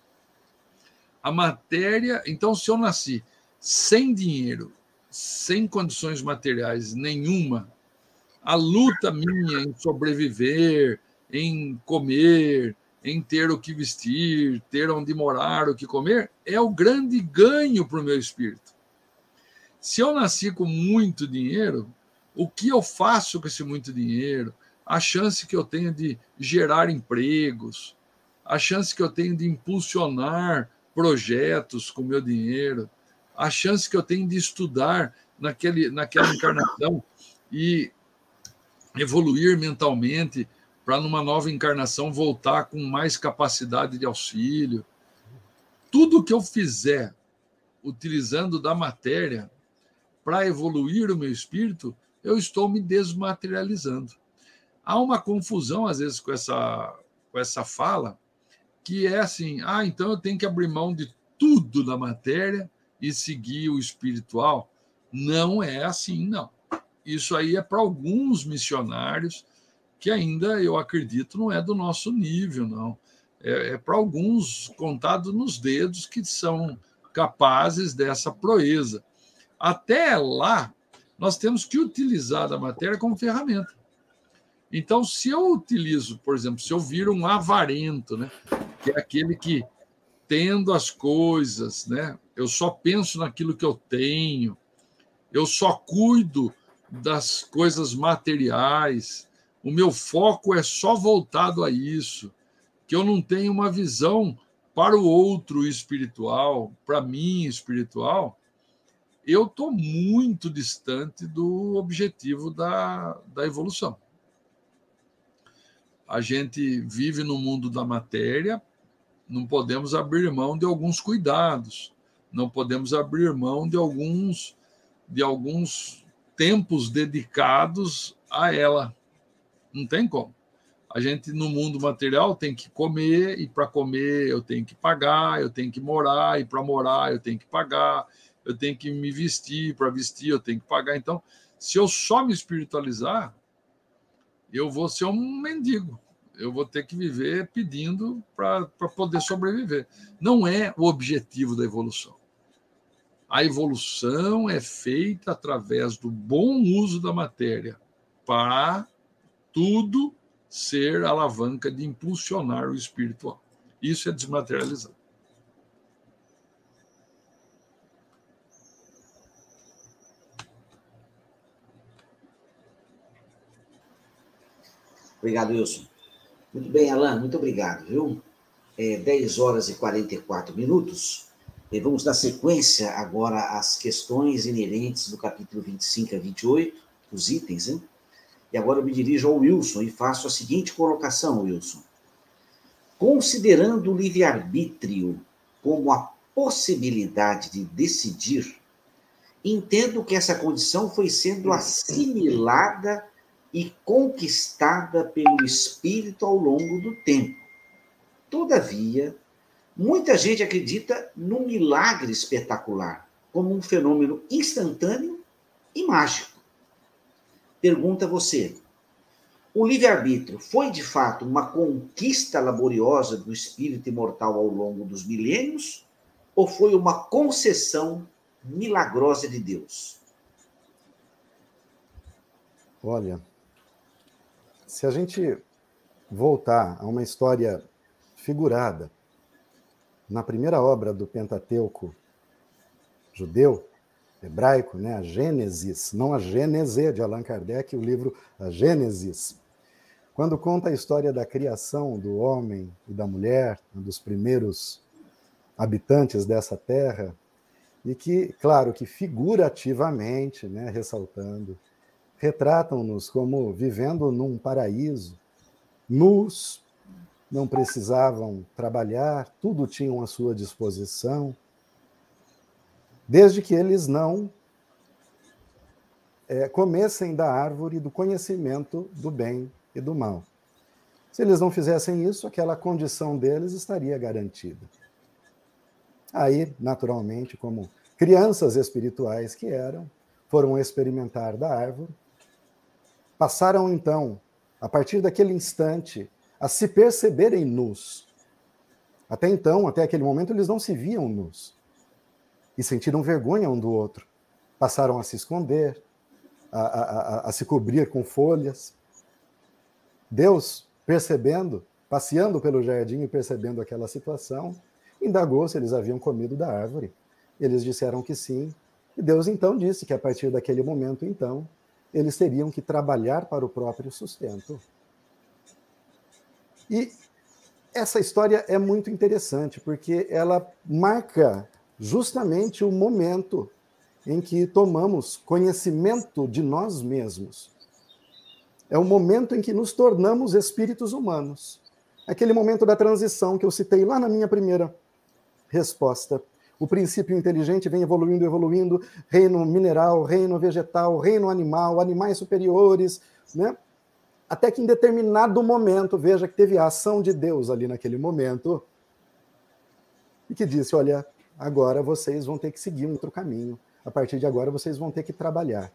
A matéria... Então, se eu nasci sem dinheiro, sem condições materiais nenhuma, a luta minha em sobreviver, em comer, em ter o que vestir, ter onde morar, o que comer, é o grande ganho para o meu espírito. Se eu nasci com muito dinheiro, o que eu faço com esse muito dinheiro, a chance que eu tenho de gerar empregos, a chance que eu tenho de impulsionar projetos com meu dinheiro, a chance que eu tenho de estudar naquela encarnação e evoluir mentalmente para, numa nova encarnação, voltar com mais capacidade de auxílio. Tudo que eu fizer utilizando da matéria para evoluir o meu espírito, eu estou me desmaterializando. Há uma confusão, às vezes, com essa fala, que é assim, então eu tenho que abrir mão de tudo da matéria e seguir o espiritual. Não é assim, não. Isso aí é para alguns missionários que ainda, eu acredito, não é do nosso nível, não. É para alguns contados nos dedos que são capazes dessa proeza. Até lá, nós temos que utilizar a matéria como ferramenta. Então, se eu utilizo, por exemplo, se eu viro um avarento, né, que é aquele que, tendo as coisas, né, eu só penso naquilo que eu tenho, eu só cuido das coisas materiais, o meu foco é só voltado a isso, que eu não tenho uma visão para o outro espiritual, para mim espiritual, eu estou muito distante do objetivo da evolução. A gente vive no mundo da matéria, não podemos abrir mão de alguns cuidados, não podemos abrir mão de alguns tempos dedicados a ela. Não tem como. A gente, no mundo material, tem que comer, e para comer eu tenho que pagar, eu tenho que morar, e para morar eu tenho que pagar, eu tenho que me vestir, para vestir eu tenho que pagar. Então, se eu só me espiritualizar, eu vou ser um mendigo. Eu vou ter que viver pedindo para poder sobreviver. Não é o objetivo da evolução. A evolução é feita através do bom uso da matéria para tudo ser alavanca de impulsionar o espiritual. Isso é desmaterializar. Obrigado, Wilson. Muito bem, Alain, muito obrigado, viu? 10 horas e 44 minutos. E vamos dar sequência agora às questões inerentes do capítulo 25 a 28, os itens, hein? E agora eu me dirijo ao Wilson e faço a seguinte colocação, Wilson. Considerando o livre-arbítrio como a possibilidade de decidir, entendo que essa condição foi sendo assimilada e conquistada pelo espírito ao longo do tempo. Todavia, muita gente acredita num milagre espetacular, como um fenômeno instantâneo e mágico. Pergunta você, o livre-arbítrio foi, de fato, uma conquista laboriosa do espírito imortal ao longo dos milênios, ou foi uma concessão milagrosa de Deus? Olha, se a gente voltar a uma história figurada, na primeira obra do Pentateuco judeu, hebraico, né, a Gênesis, não a Gênese de Allan Kardec, o livro A Gênesis. quando conta a história da criação do homem e da mulher, dos primeiros habitantes dessa terra, e que, claro, que figurativamente, né, ressaltando, retratam-nos como vivendo num paraíso, nus, não precisavam trabalhar, tudo tinham à sua disposição, desde que eles não comessem da árvore do conhecimento do bem e do mal. Se eles não fizessem isso, aquela condição deles estaria garantida. Aí, naturalmente, como crianças espirituais que eram, foram experimentar da árvore, passaram então, a partir daquele instante, a se perceberem nus. Até então, até aquele momento, eles não se viam nus. E sentiram vergonha um do outro. Passaram a se esconder, a se cobrir com folhas. Deus, percebendo, passeando pelo jardim e percebendo aquela situação, indagou se eles haviam comido da árvore. Eles disseram que sim. E Deus então disse que a partir daquele momento, então, eles teriam que trabalhar para o próprio sustento. E essa história é muito interessante, porque ela marca justamente o momento em que tomamos conhecimento de nós mesmos. É o momento em que nos tornamos espíritos humanos. Aquele momento da transição que eu citei lá na minha primeira resposta. O princípio inteligente vem evoluindo, evoluindo, reino mineral, reino vegetal, reino animal, animais superiores, né? Até que em determinado momento, veja que teve a ação de Deus ali naquele momento, e que disse, olha, agora vocês vão ter que seguir um outro caminho. A partir de agora vocês vão ter que trabalhar.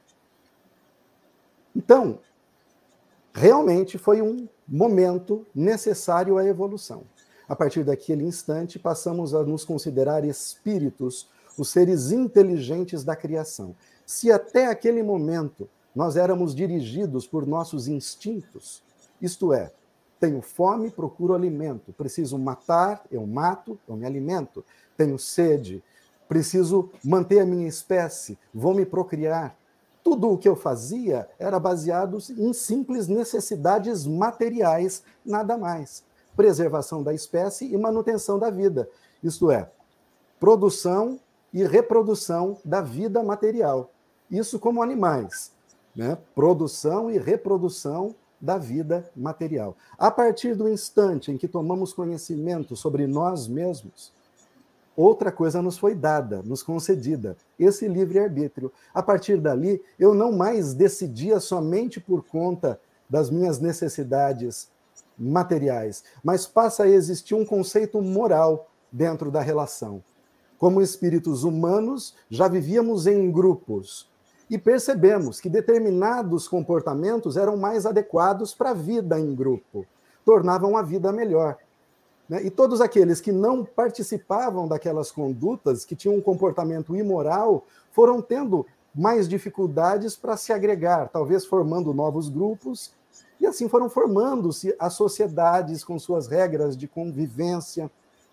Então, realmente foi um momento necessário à evolução. A partir daquele instante, passamos a nos considerar espíritos, os seres inteligentes da criação. Se até aquele momento nós éramos dirigidos por nossos instintos, isto é, tenho fome, procuro alimento, preciso matar, eu mato, eu me alimento, tenho sede, preciso manter a minha espécie, vou me procriar. Tudo o que eu fazia era baseado em simples necessidades materiais, nada mais. Preservação da espécie e manutenção da vida. Isto é, produção e reprodução da vida material. Isso como animais, né? Produção e reprodução da vida material. A partir do instante em que tomamos conhecimento sobre nós mesmos, outra coisa nos foi dada, nos concedida, esse livre-arbítrio. A partir dali, eu não mais decidia somente por conta das minhas necessidades materiais, mas passa a existir um conceito moral dentro da relação. Como espíritos humanos, já vivíamos em grupos e percebemos que determinados comportamentos eram mais adequados para a vida em grupo, tornavam a vida melhor. E todos aqueles que não participavam daquelas condutas, que tinham um comportamento imoral, foram tendo mais dificuldades para se agregar, talvez formando novos grupos, e assim foram formando-se as sociedades com suas regras de convivência.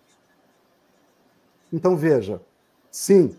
Então, veja, sim,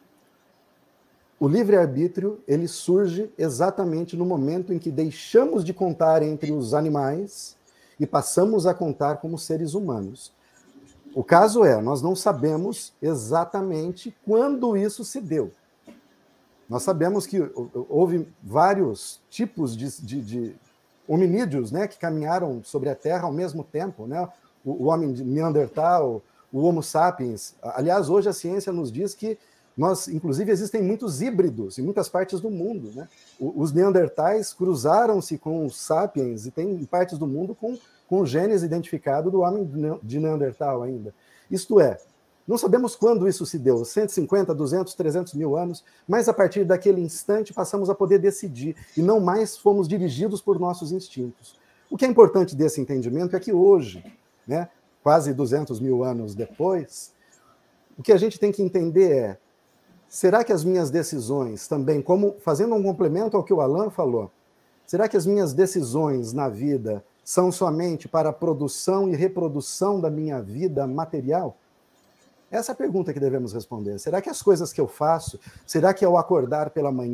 o livre-arbítrio ele surge exatamente no momento em que deixamos de contar entre os animais e passamos a contar como seres humanos. O caso é, nós não sabemos exatamente quando isso se deu. Nós sabemos que houve vários tipos de hominídeos, né, que caminharam sobre a Terra ao mesmo tempo, né? O homem de Neandertal, o Homo sapiens. Aliás, hoje a ciência nos diz que inclusive, existem muitos híbridos em muitas partes do mundo, né? Os neandertais cruzaram-se com os sapiens e tem partes do mundo com o genes identificado do homem de Neandertal ainda. Isto é, não sabemos quando isso se deu, 150, 200, 300 mil anos, mas a partir daquele instante passamos a poder decidir e não mais fomos dirigidos por nossos instintos. O que é importante desse entendimento é que hoje, né, quase 200 mil anos depois, o que a gente tem que entender é: será que as minhas decisões também, como fazendo um complemento ao que o Alain falou, será que as minhas decisões na vida são somente para a produção e reprodução da minha vida material? Essa é a pergunta que devemos responder. Será que as coisas que eu faço, será que ao acordar pela manhã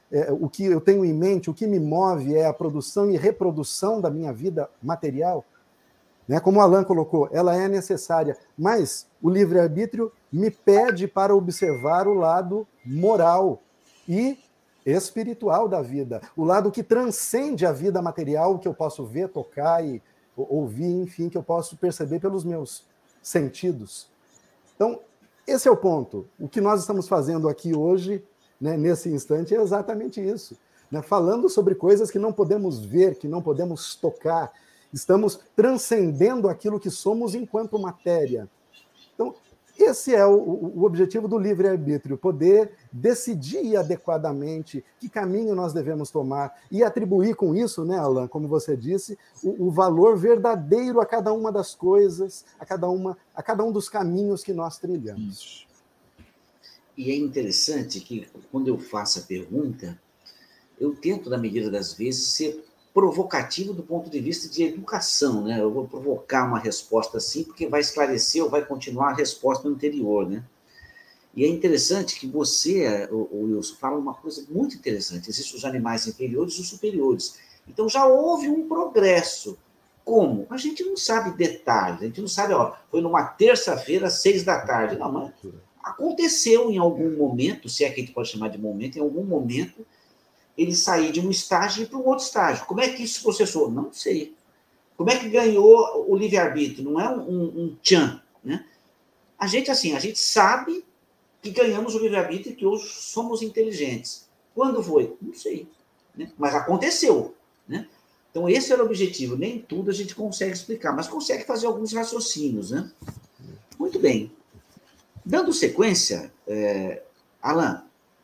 o que eu tenho em mente, o que me move é a produção e reprodução da minha vida material. Né? Como o Alan colocou, ela é necessária, mas o livre-arbítrio me pede para observar o lado moral e espiritual da vida, o lado que transcende a vida material, que eu posso ver, tocar e ouvir, enfim, que eu posso perceber pelos meus sentidos. Então, esse é o ponto. O que nós estamos fazendo aqui hoje, né, nesse instante, é exatamente isso. Né? Falando sobre coisas que não podemos ver, que não podemos tocar. Estamos transcendendo aquilo que somos enquanto matéria. Então, esse é o objetivo do livre-arbítrio, poder decidir adequadamente que caminho nós devemos tomar e atribuir com isso, né, Alan, como você disse, o valor verdadeiro a cada uma das coisas, a cada um dos caminhos que nós trilhamos. E é interessante que, quando eu faço a pergunta, eu tento, na medida das vezes, ser provocativo do ponto de vista de educação, né? Eu vou provocar uma resposta assim, porque vai esclarecer ou vai continuar a resposta anterior, né? E é interessante que você, o Wilson, fala uma coisa muito interessante. Existem os animais inferiores e os superiores. Então, já houve um progresso. Como? A gente não sabe detalhes. A gente não sabe, ó, foi numa terça-feira, às 6 da tarde. Não, mas aconteceu em algum momento, se é que a gente pode chamar de momento, em algum momento, ele sair de um estágio e ir para um outro estágio. Como é que isso se processou? Não sei. Como é que ganhou o livre-arbítrio? Não é um tchan, né? A gente sabe que ganhamos o livre-arbítrio e que hoje somos inteligentes. Quando foi? Não sei. Né? Mas aconteceu. Né? Então, esse era o objetivo. Nem tudo a gente consegue explicar, mas consegue fazer alguns raciocínios. Né? Muito bem. Dando sequência, Alan,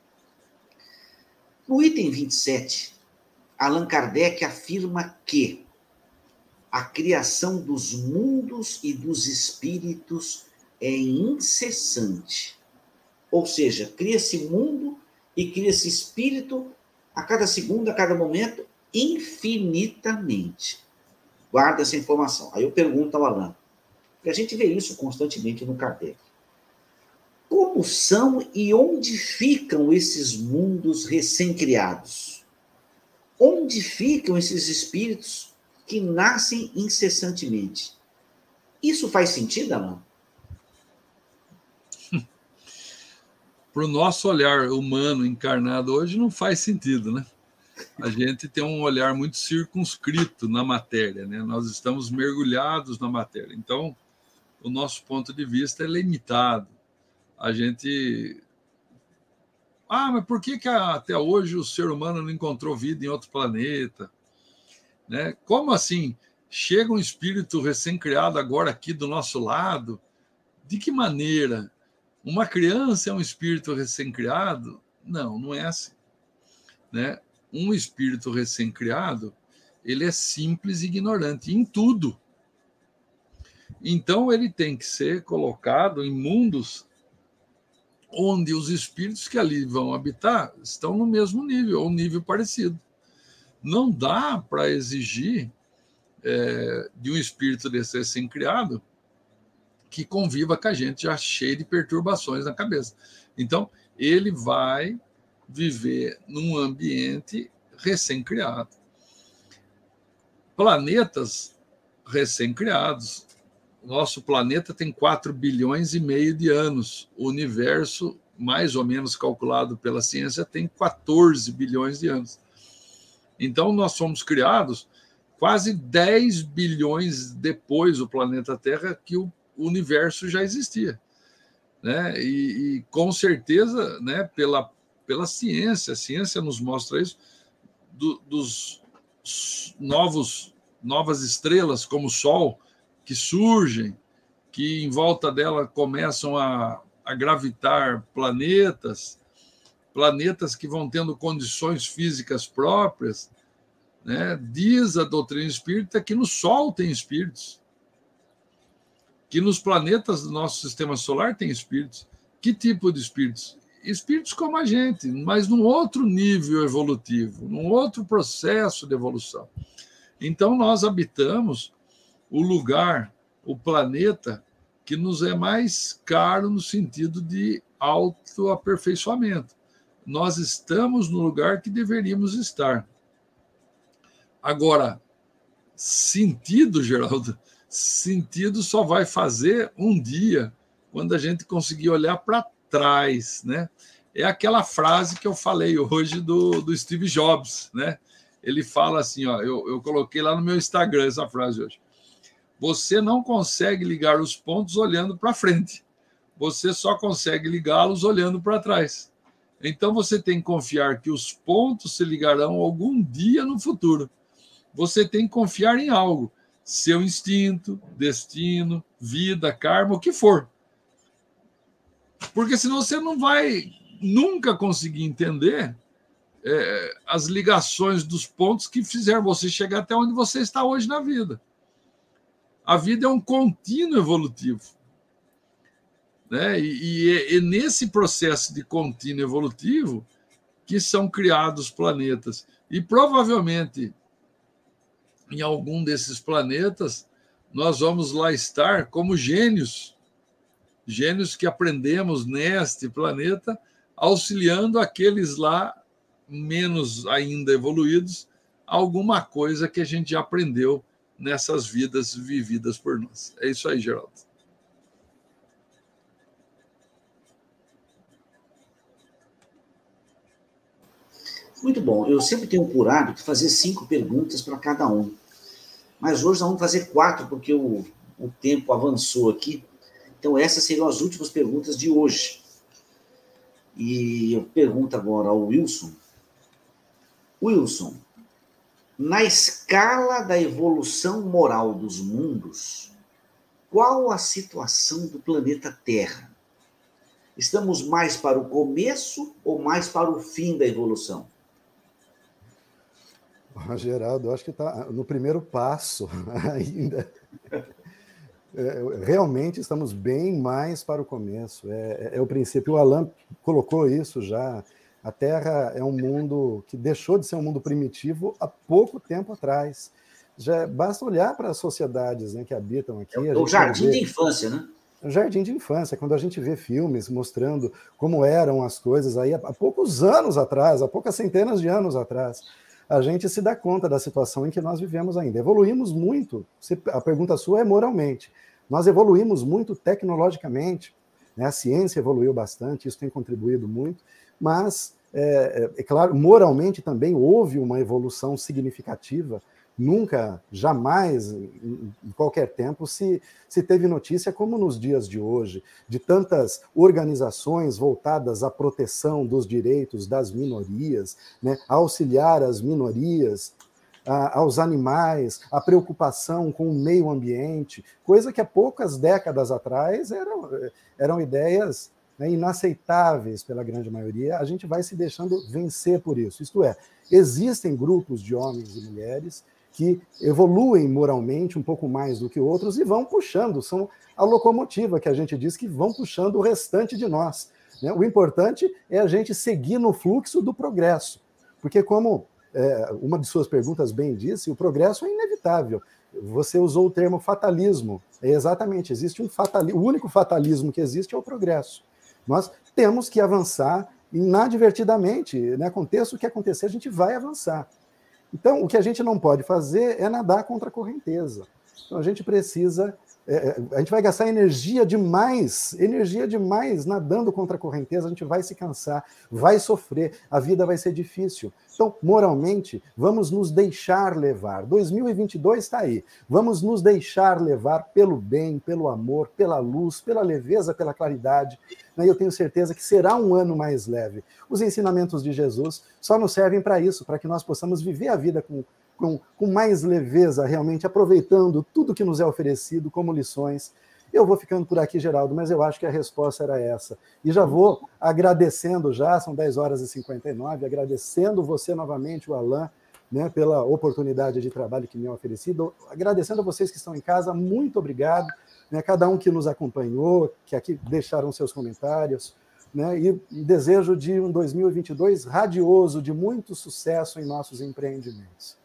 no item 27, Allan Kardec afirma que a criação dos mundos e dos espíritos é incessante. Ou seja, cria-se mundo e cria-se espírito a cada segundo, a cada momento, infinitamente. Guarda essa informação. Aí eu pergunto ao Allan, porque a gente vê isso constantemente no Kardec. Como são e onde ficam esses mundos recém-criados? Onde ficam esses espíritos que nascem incessantemente? Isso faz sentido, Alan? Para o nosso olhar humano encarnado hoje, não faz sentido, né? A gente tem um olhar muito circunscrito na matéria, né? Nós estamos mergulhados na matéria. Então, o nosso ponto de vista é limitado. A gente... mas por que até hoje o ser humano não encontrou vida em outro planeta? Né? Como assim? Chega um espírito recém-criado agora aqui do nosso lado? De que maneira? Uma criança é um espírito recém-criado? Não, não é assim. Né? Um espírito recém-criado, ele é simples e ignorante em tudo. Então, ele tem que ser colocado em mundos onde os espíritos que ali vão habitar estão no mesmo nível, ou um nível parecido. Não dá para exigir de um espírito desse recém-criado que conviva com a gente já cheio de perturbações na cabeça. Então, ele vai viver num ambiente recém-criado. Planetas recém-criados. Nosso planeta tem 4 bilhões e meio de anos. O universo, mais ou menos calculado pela ciência, tem 14 bilhões de anos. Então, nós fomos criados quase 10 bilhões depois do planeta Terra que o universo já existia. Né? E com certeza, né, pela ciência, a ciência nos mostra isso, dos novas estrelas, como o Sol, que surgem, que em volta dela começam a gravitar planetas que vão tendo condições físicas próprias. Né? Diz a doutrina espírita que no Sol tem espíritos, que nos planetas do nosso sistema solar tem espíritos. Que tipo de espíritos? Espíritos como a gente, mas num outro nível evolutivo, num outro processo de evolução. Então, nós habitamos o lugar, o planeta, que nos é mais caro no sentido de autoaperfeiçoamento. nós estamos no lugar que deveríamos estar. Agora, sentido, Geraldo, sentido só vai fazer um dia, quando a gente conseguir olhar para trás, né? É aquela frase que eu falei hoje do Steve Jobs, né? Ele fala assim, ó, eu coloquei lá no meu Instagram essa frase hoje. Você não consegue ligar os pontos olhando para frente. Você só consegue ligá-los olhando para trás. Então você tem que confiar que os pontos se ligarão algum dia no futuro. Você tem que confiar em algo. Seu instinto, destino, vida, karma, o que for. Porque senão você não vai nunca conseguir entender as ligações dos pontos que fizeram você chegar até onde você está hoje na vida. A vida é um contínuo evolutivo. Né? E nesse processo de contínuo evolutivo que são criados planetas. E provavelmente, em algum desses planetas, nós vamos lá estar como gênios que aprendemos neste planeta, auxiliando aqueles lá menos ainda evoluídos, alguma coisa que a gente já aprendeu nessas vidas vividas por nós. É isso aí, Geraldo. Muito bom. Eu sempre tenho por hábito fazer 5 perguntas para cada um. Mas hoje nós vamos fazer 4, porque o tempo avançou aqui. Então, essas seriam as últimas perguntas de hoje. E eu pergunto agora ao Wilson. Wilson, na escala da evolução moral dos mundos, qual a situação do planeta Terra? Estamos mais para o começo ou mais para o fim da evolução? Geraldo, eu acho que está no primeiro passo ainda. Realmente estamos bem mais para o começo. É o princípio. O Alain colocou isso já. A Terra é um mundo que deixou de ser um mundo primitivo há pouco tempo atrás. Já basta olhar para as sociedades, né, que habitam aqui. É o jardim de infância, né? O jardim de infância, quando a gente vê filmes mostrando como eram as coisas aí há poucos anos atrás, há poucas centenas de anos atrás, a gente se dá conta da situação em que nós vivemos ainda. Evoluímos muito, a pergunta sua é moralmente. Nós evoluímos muito tecnologicamente, né? A ciência evoluiu bastante, isso tem contribuído muito, mas, é claro, moralmente também houve uma evolução significativa. Nunca, jamais, em qualquer tempo, se teve notícia como nos dias de hoje, de tantas organizações voltadas à proteção dos direitos das minorias, né, a auxiliar as minorias, aos animais, a preocupação com o meio ambiente, coisa que há poucas décadas atrás eram ideias, né, inaceitáveis pela grande maioria. A gente vai se deixando vencer por isso. Isto é, existem grupos de homens e mulheres que evoluem moralmente um pouco mais do que outros e vão puxando, são a locomotiva que a gente diz que vão puxando o restante de nós. Né? O importante é a gente seguir no fluxo do progresso, porque como uma de suas perguntas bem disse, o progresso é inevitável. Você usou o termo fatalismo. Exatamente, existe um fatalismo. O único fatalismo que existe é o progresso. Nós temos que avançar inadvertidamente, né? Aconteça o que acontecer, a gente vai avançar. Então, o que a gente não pode fazer é nadar contra a correnteza. Então, a gente precisa... a gente vai gastar energia demais nadando contra a correnteza, a gente vai se cansar, vai sofrer, a vida vai ser difícil. Então, moralmente, vamos nos deixar levar. 2022 está aí. Vamos nos deixar levar pelo bem, pelo amor, pela luz, pela leveza, pela claridade. E eu tenho certeza que será um ano mais leve. Os ensinamentos de Jesus só nos servem para isso, para que nós possamos viver a vida com mais leveza, realmente aproveitando tudo que nos é oferecido como lições. Eu vou ficando por aqui, Geraldo, mas eu acho que a resposta era essa. E já vou agradecendo são 10h59, agradecendo você novamente, o Alain, né, pela oportunidade de trabalho que me é oferecido, agradecendo a vocês que estão em casa, muito obrigado, né, cada um que nos acompanhou, que aqui deixaram seus comentários, né, e desejo de um 2022 radioso, de muito sucesso em nossos empreendimentos.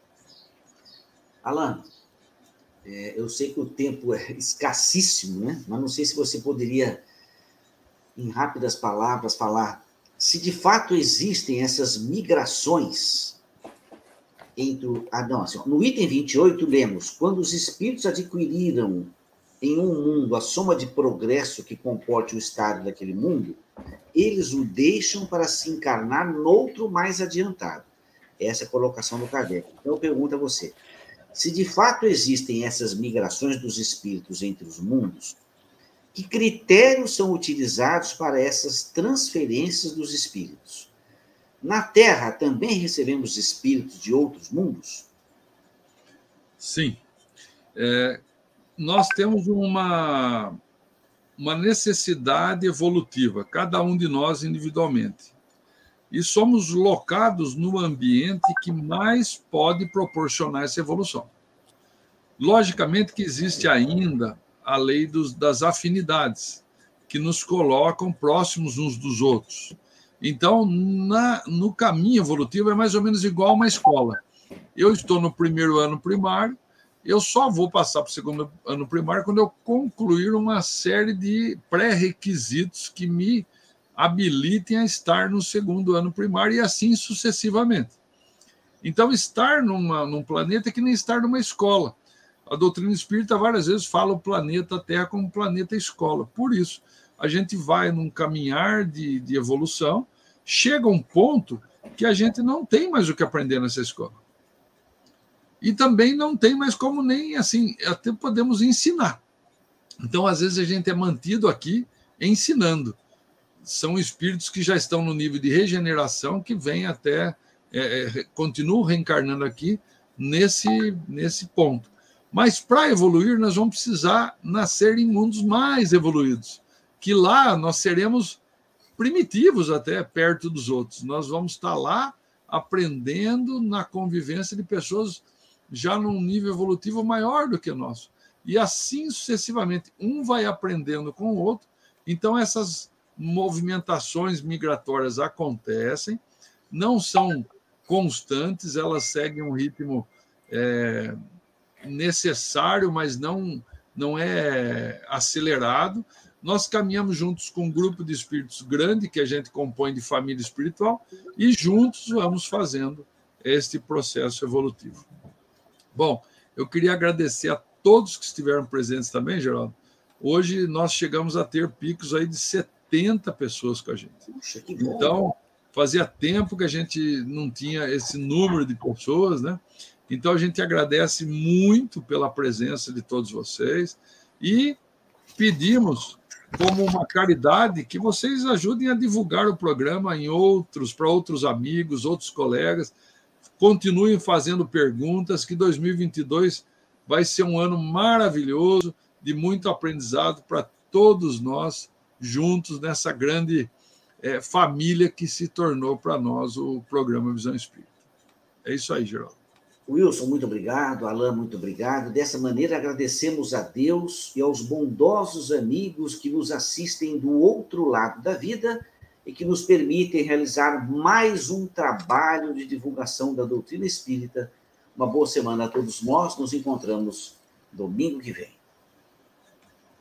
Alain, eu sei que o tempo é escassíssimo, né? Mas não sei se você poderia, em rápidas palavras, falar se de fato existem essas migrações entre... no item 28, lemos: quando os espíritos adquiriram em um mundo a soma de progresso que comporte o estado daquele mundo, eles o deixam para se encarnar noutro mais adiantado. Essa é a colocação do Kardec. Então, eu pergunto a você, se de fato existem essas migrações dos espíritos entre os mundos, que critérios são utilizados para essas transferências dos espíritos? Na Terra também recebemos espíritos de outros mundos? Sim. Nós temos uma necessidade evolutiva, cada um de nós individualmente. E somos locados no ambiente que mais pode proporcionar essa evolução. Logicamente que existe ainda a lei das afinidades, que nos colocam próximos uns dos outros. Então, no caminho evolutivo é mais ou menos igual a uma escola. Eu estou no primeiro ano primário, eu só vou passar para o segundo ano primário quando eu concluir uma série de pré-requisitos que me habilitem a estar no segundo ano primário e assim sucessivamente. Então, estar num planeta é que nem estar numa escola. A doutrina espírita várias vezes fala o planeta Terra como planeta escola. Por isso, a gente vai num caminhar de evolução, chega um ponto que a gente não tem mais o que aprender nessa escola. E também não tem mais como nem, assim, até podemos ensinar. Então, às vezes, a gente é mantido aqui ensinando. São espíritos que já estão no nível de regeneração, que vêm até, continuam reencarnando aqui nesse ponto. Mas, para evoluir, nós vamos precisar nascer em mundos mais evoluídos, que lá nós seremos primitivos até perto dos outros. Nós vamos estar lá aprendendo na convivência de pessoas já num nível evolutivo maior do que o nosso. E assim sucessivamente, um vai aprendendo com o outro. Então, essas movimentações migratórias acontecem, não são constantes, elas seguem um ritmo necessário, mas não é acelerado. Nós caminhamos juntos com um grupo de espíritos grande, que a gente compõe de família espiritual, e juntos vamos fazendo este processo evolutivo. Bom, eu queria agradecer a todos que estiveram presentes também, Geraldo. Hoje nós chegamos a ter picos aí de 70 pessoas com a gente. Puxa, que bom. Então, fazia tempo que a gente não tinha esse número de pessoas, né? Então, a gente agradece muito pela presença de todos vocês e pedimos, como uma caridade, que vocês ajudem a divulgar o programa para outros amigos, outros colegas. Continuem fazendo perguntas, que 2022 vai ser um ano maravilhoso, de muito aprendizado para todos nós, juntos nessa grande família que se tornou para nós o programa Visão Espírita. É isso aí, Geraldo. Wilson, muito obrigado. Alain, muito obrigado. Dessa maneira, agradecemos a Deus e aos bondosos amigos que nos assistem do outro lado da vida e que nos permitem realizar mais um trabalho de divulgação da doutrina espírita. Uma boa semana a todos nós. Nos encontramos domingo que vem.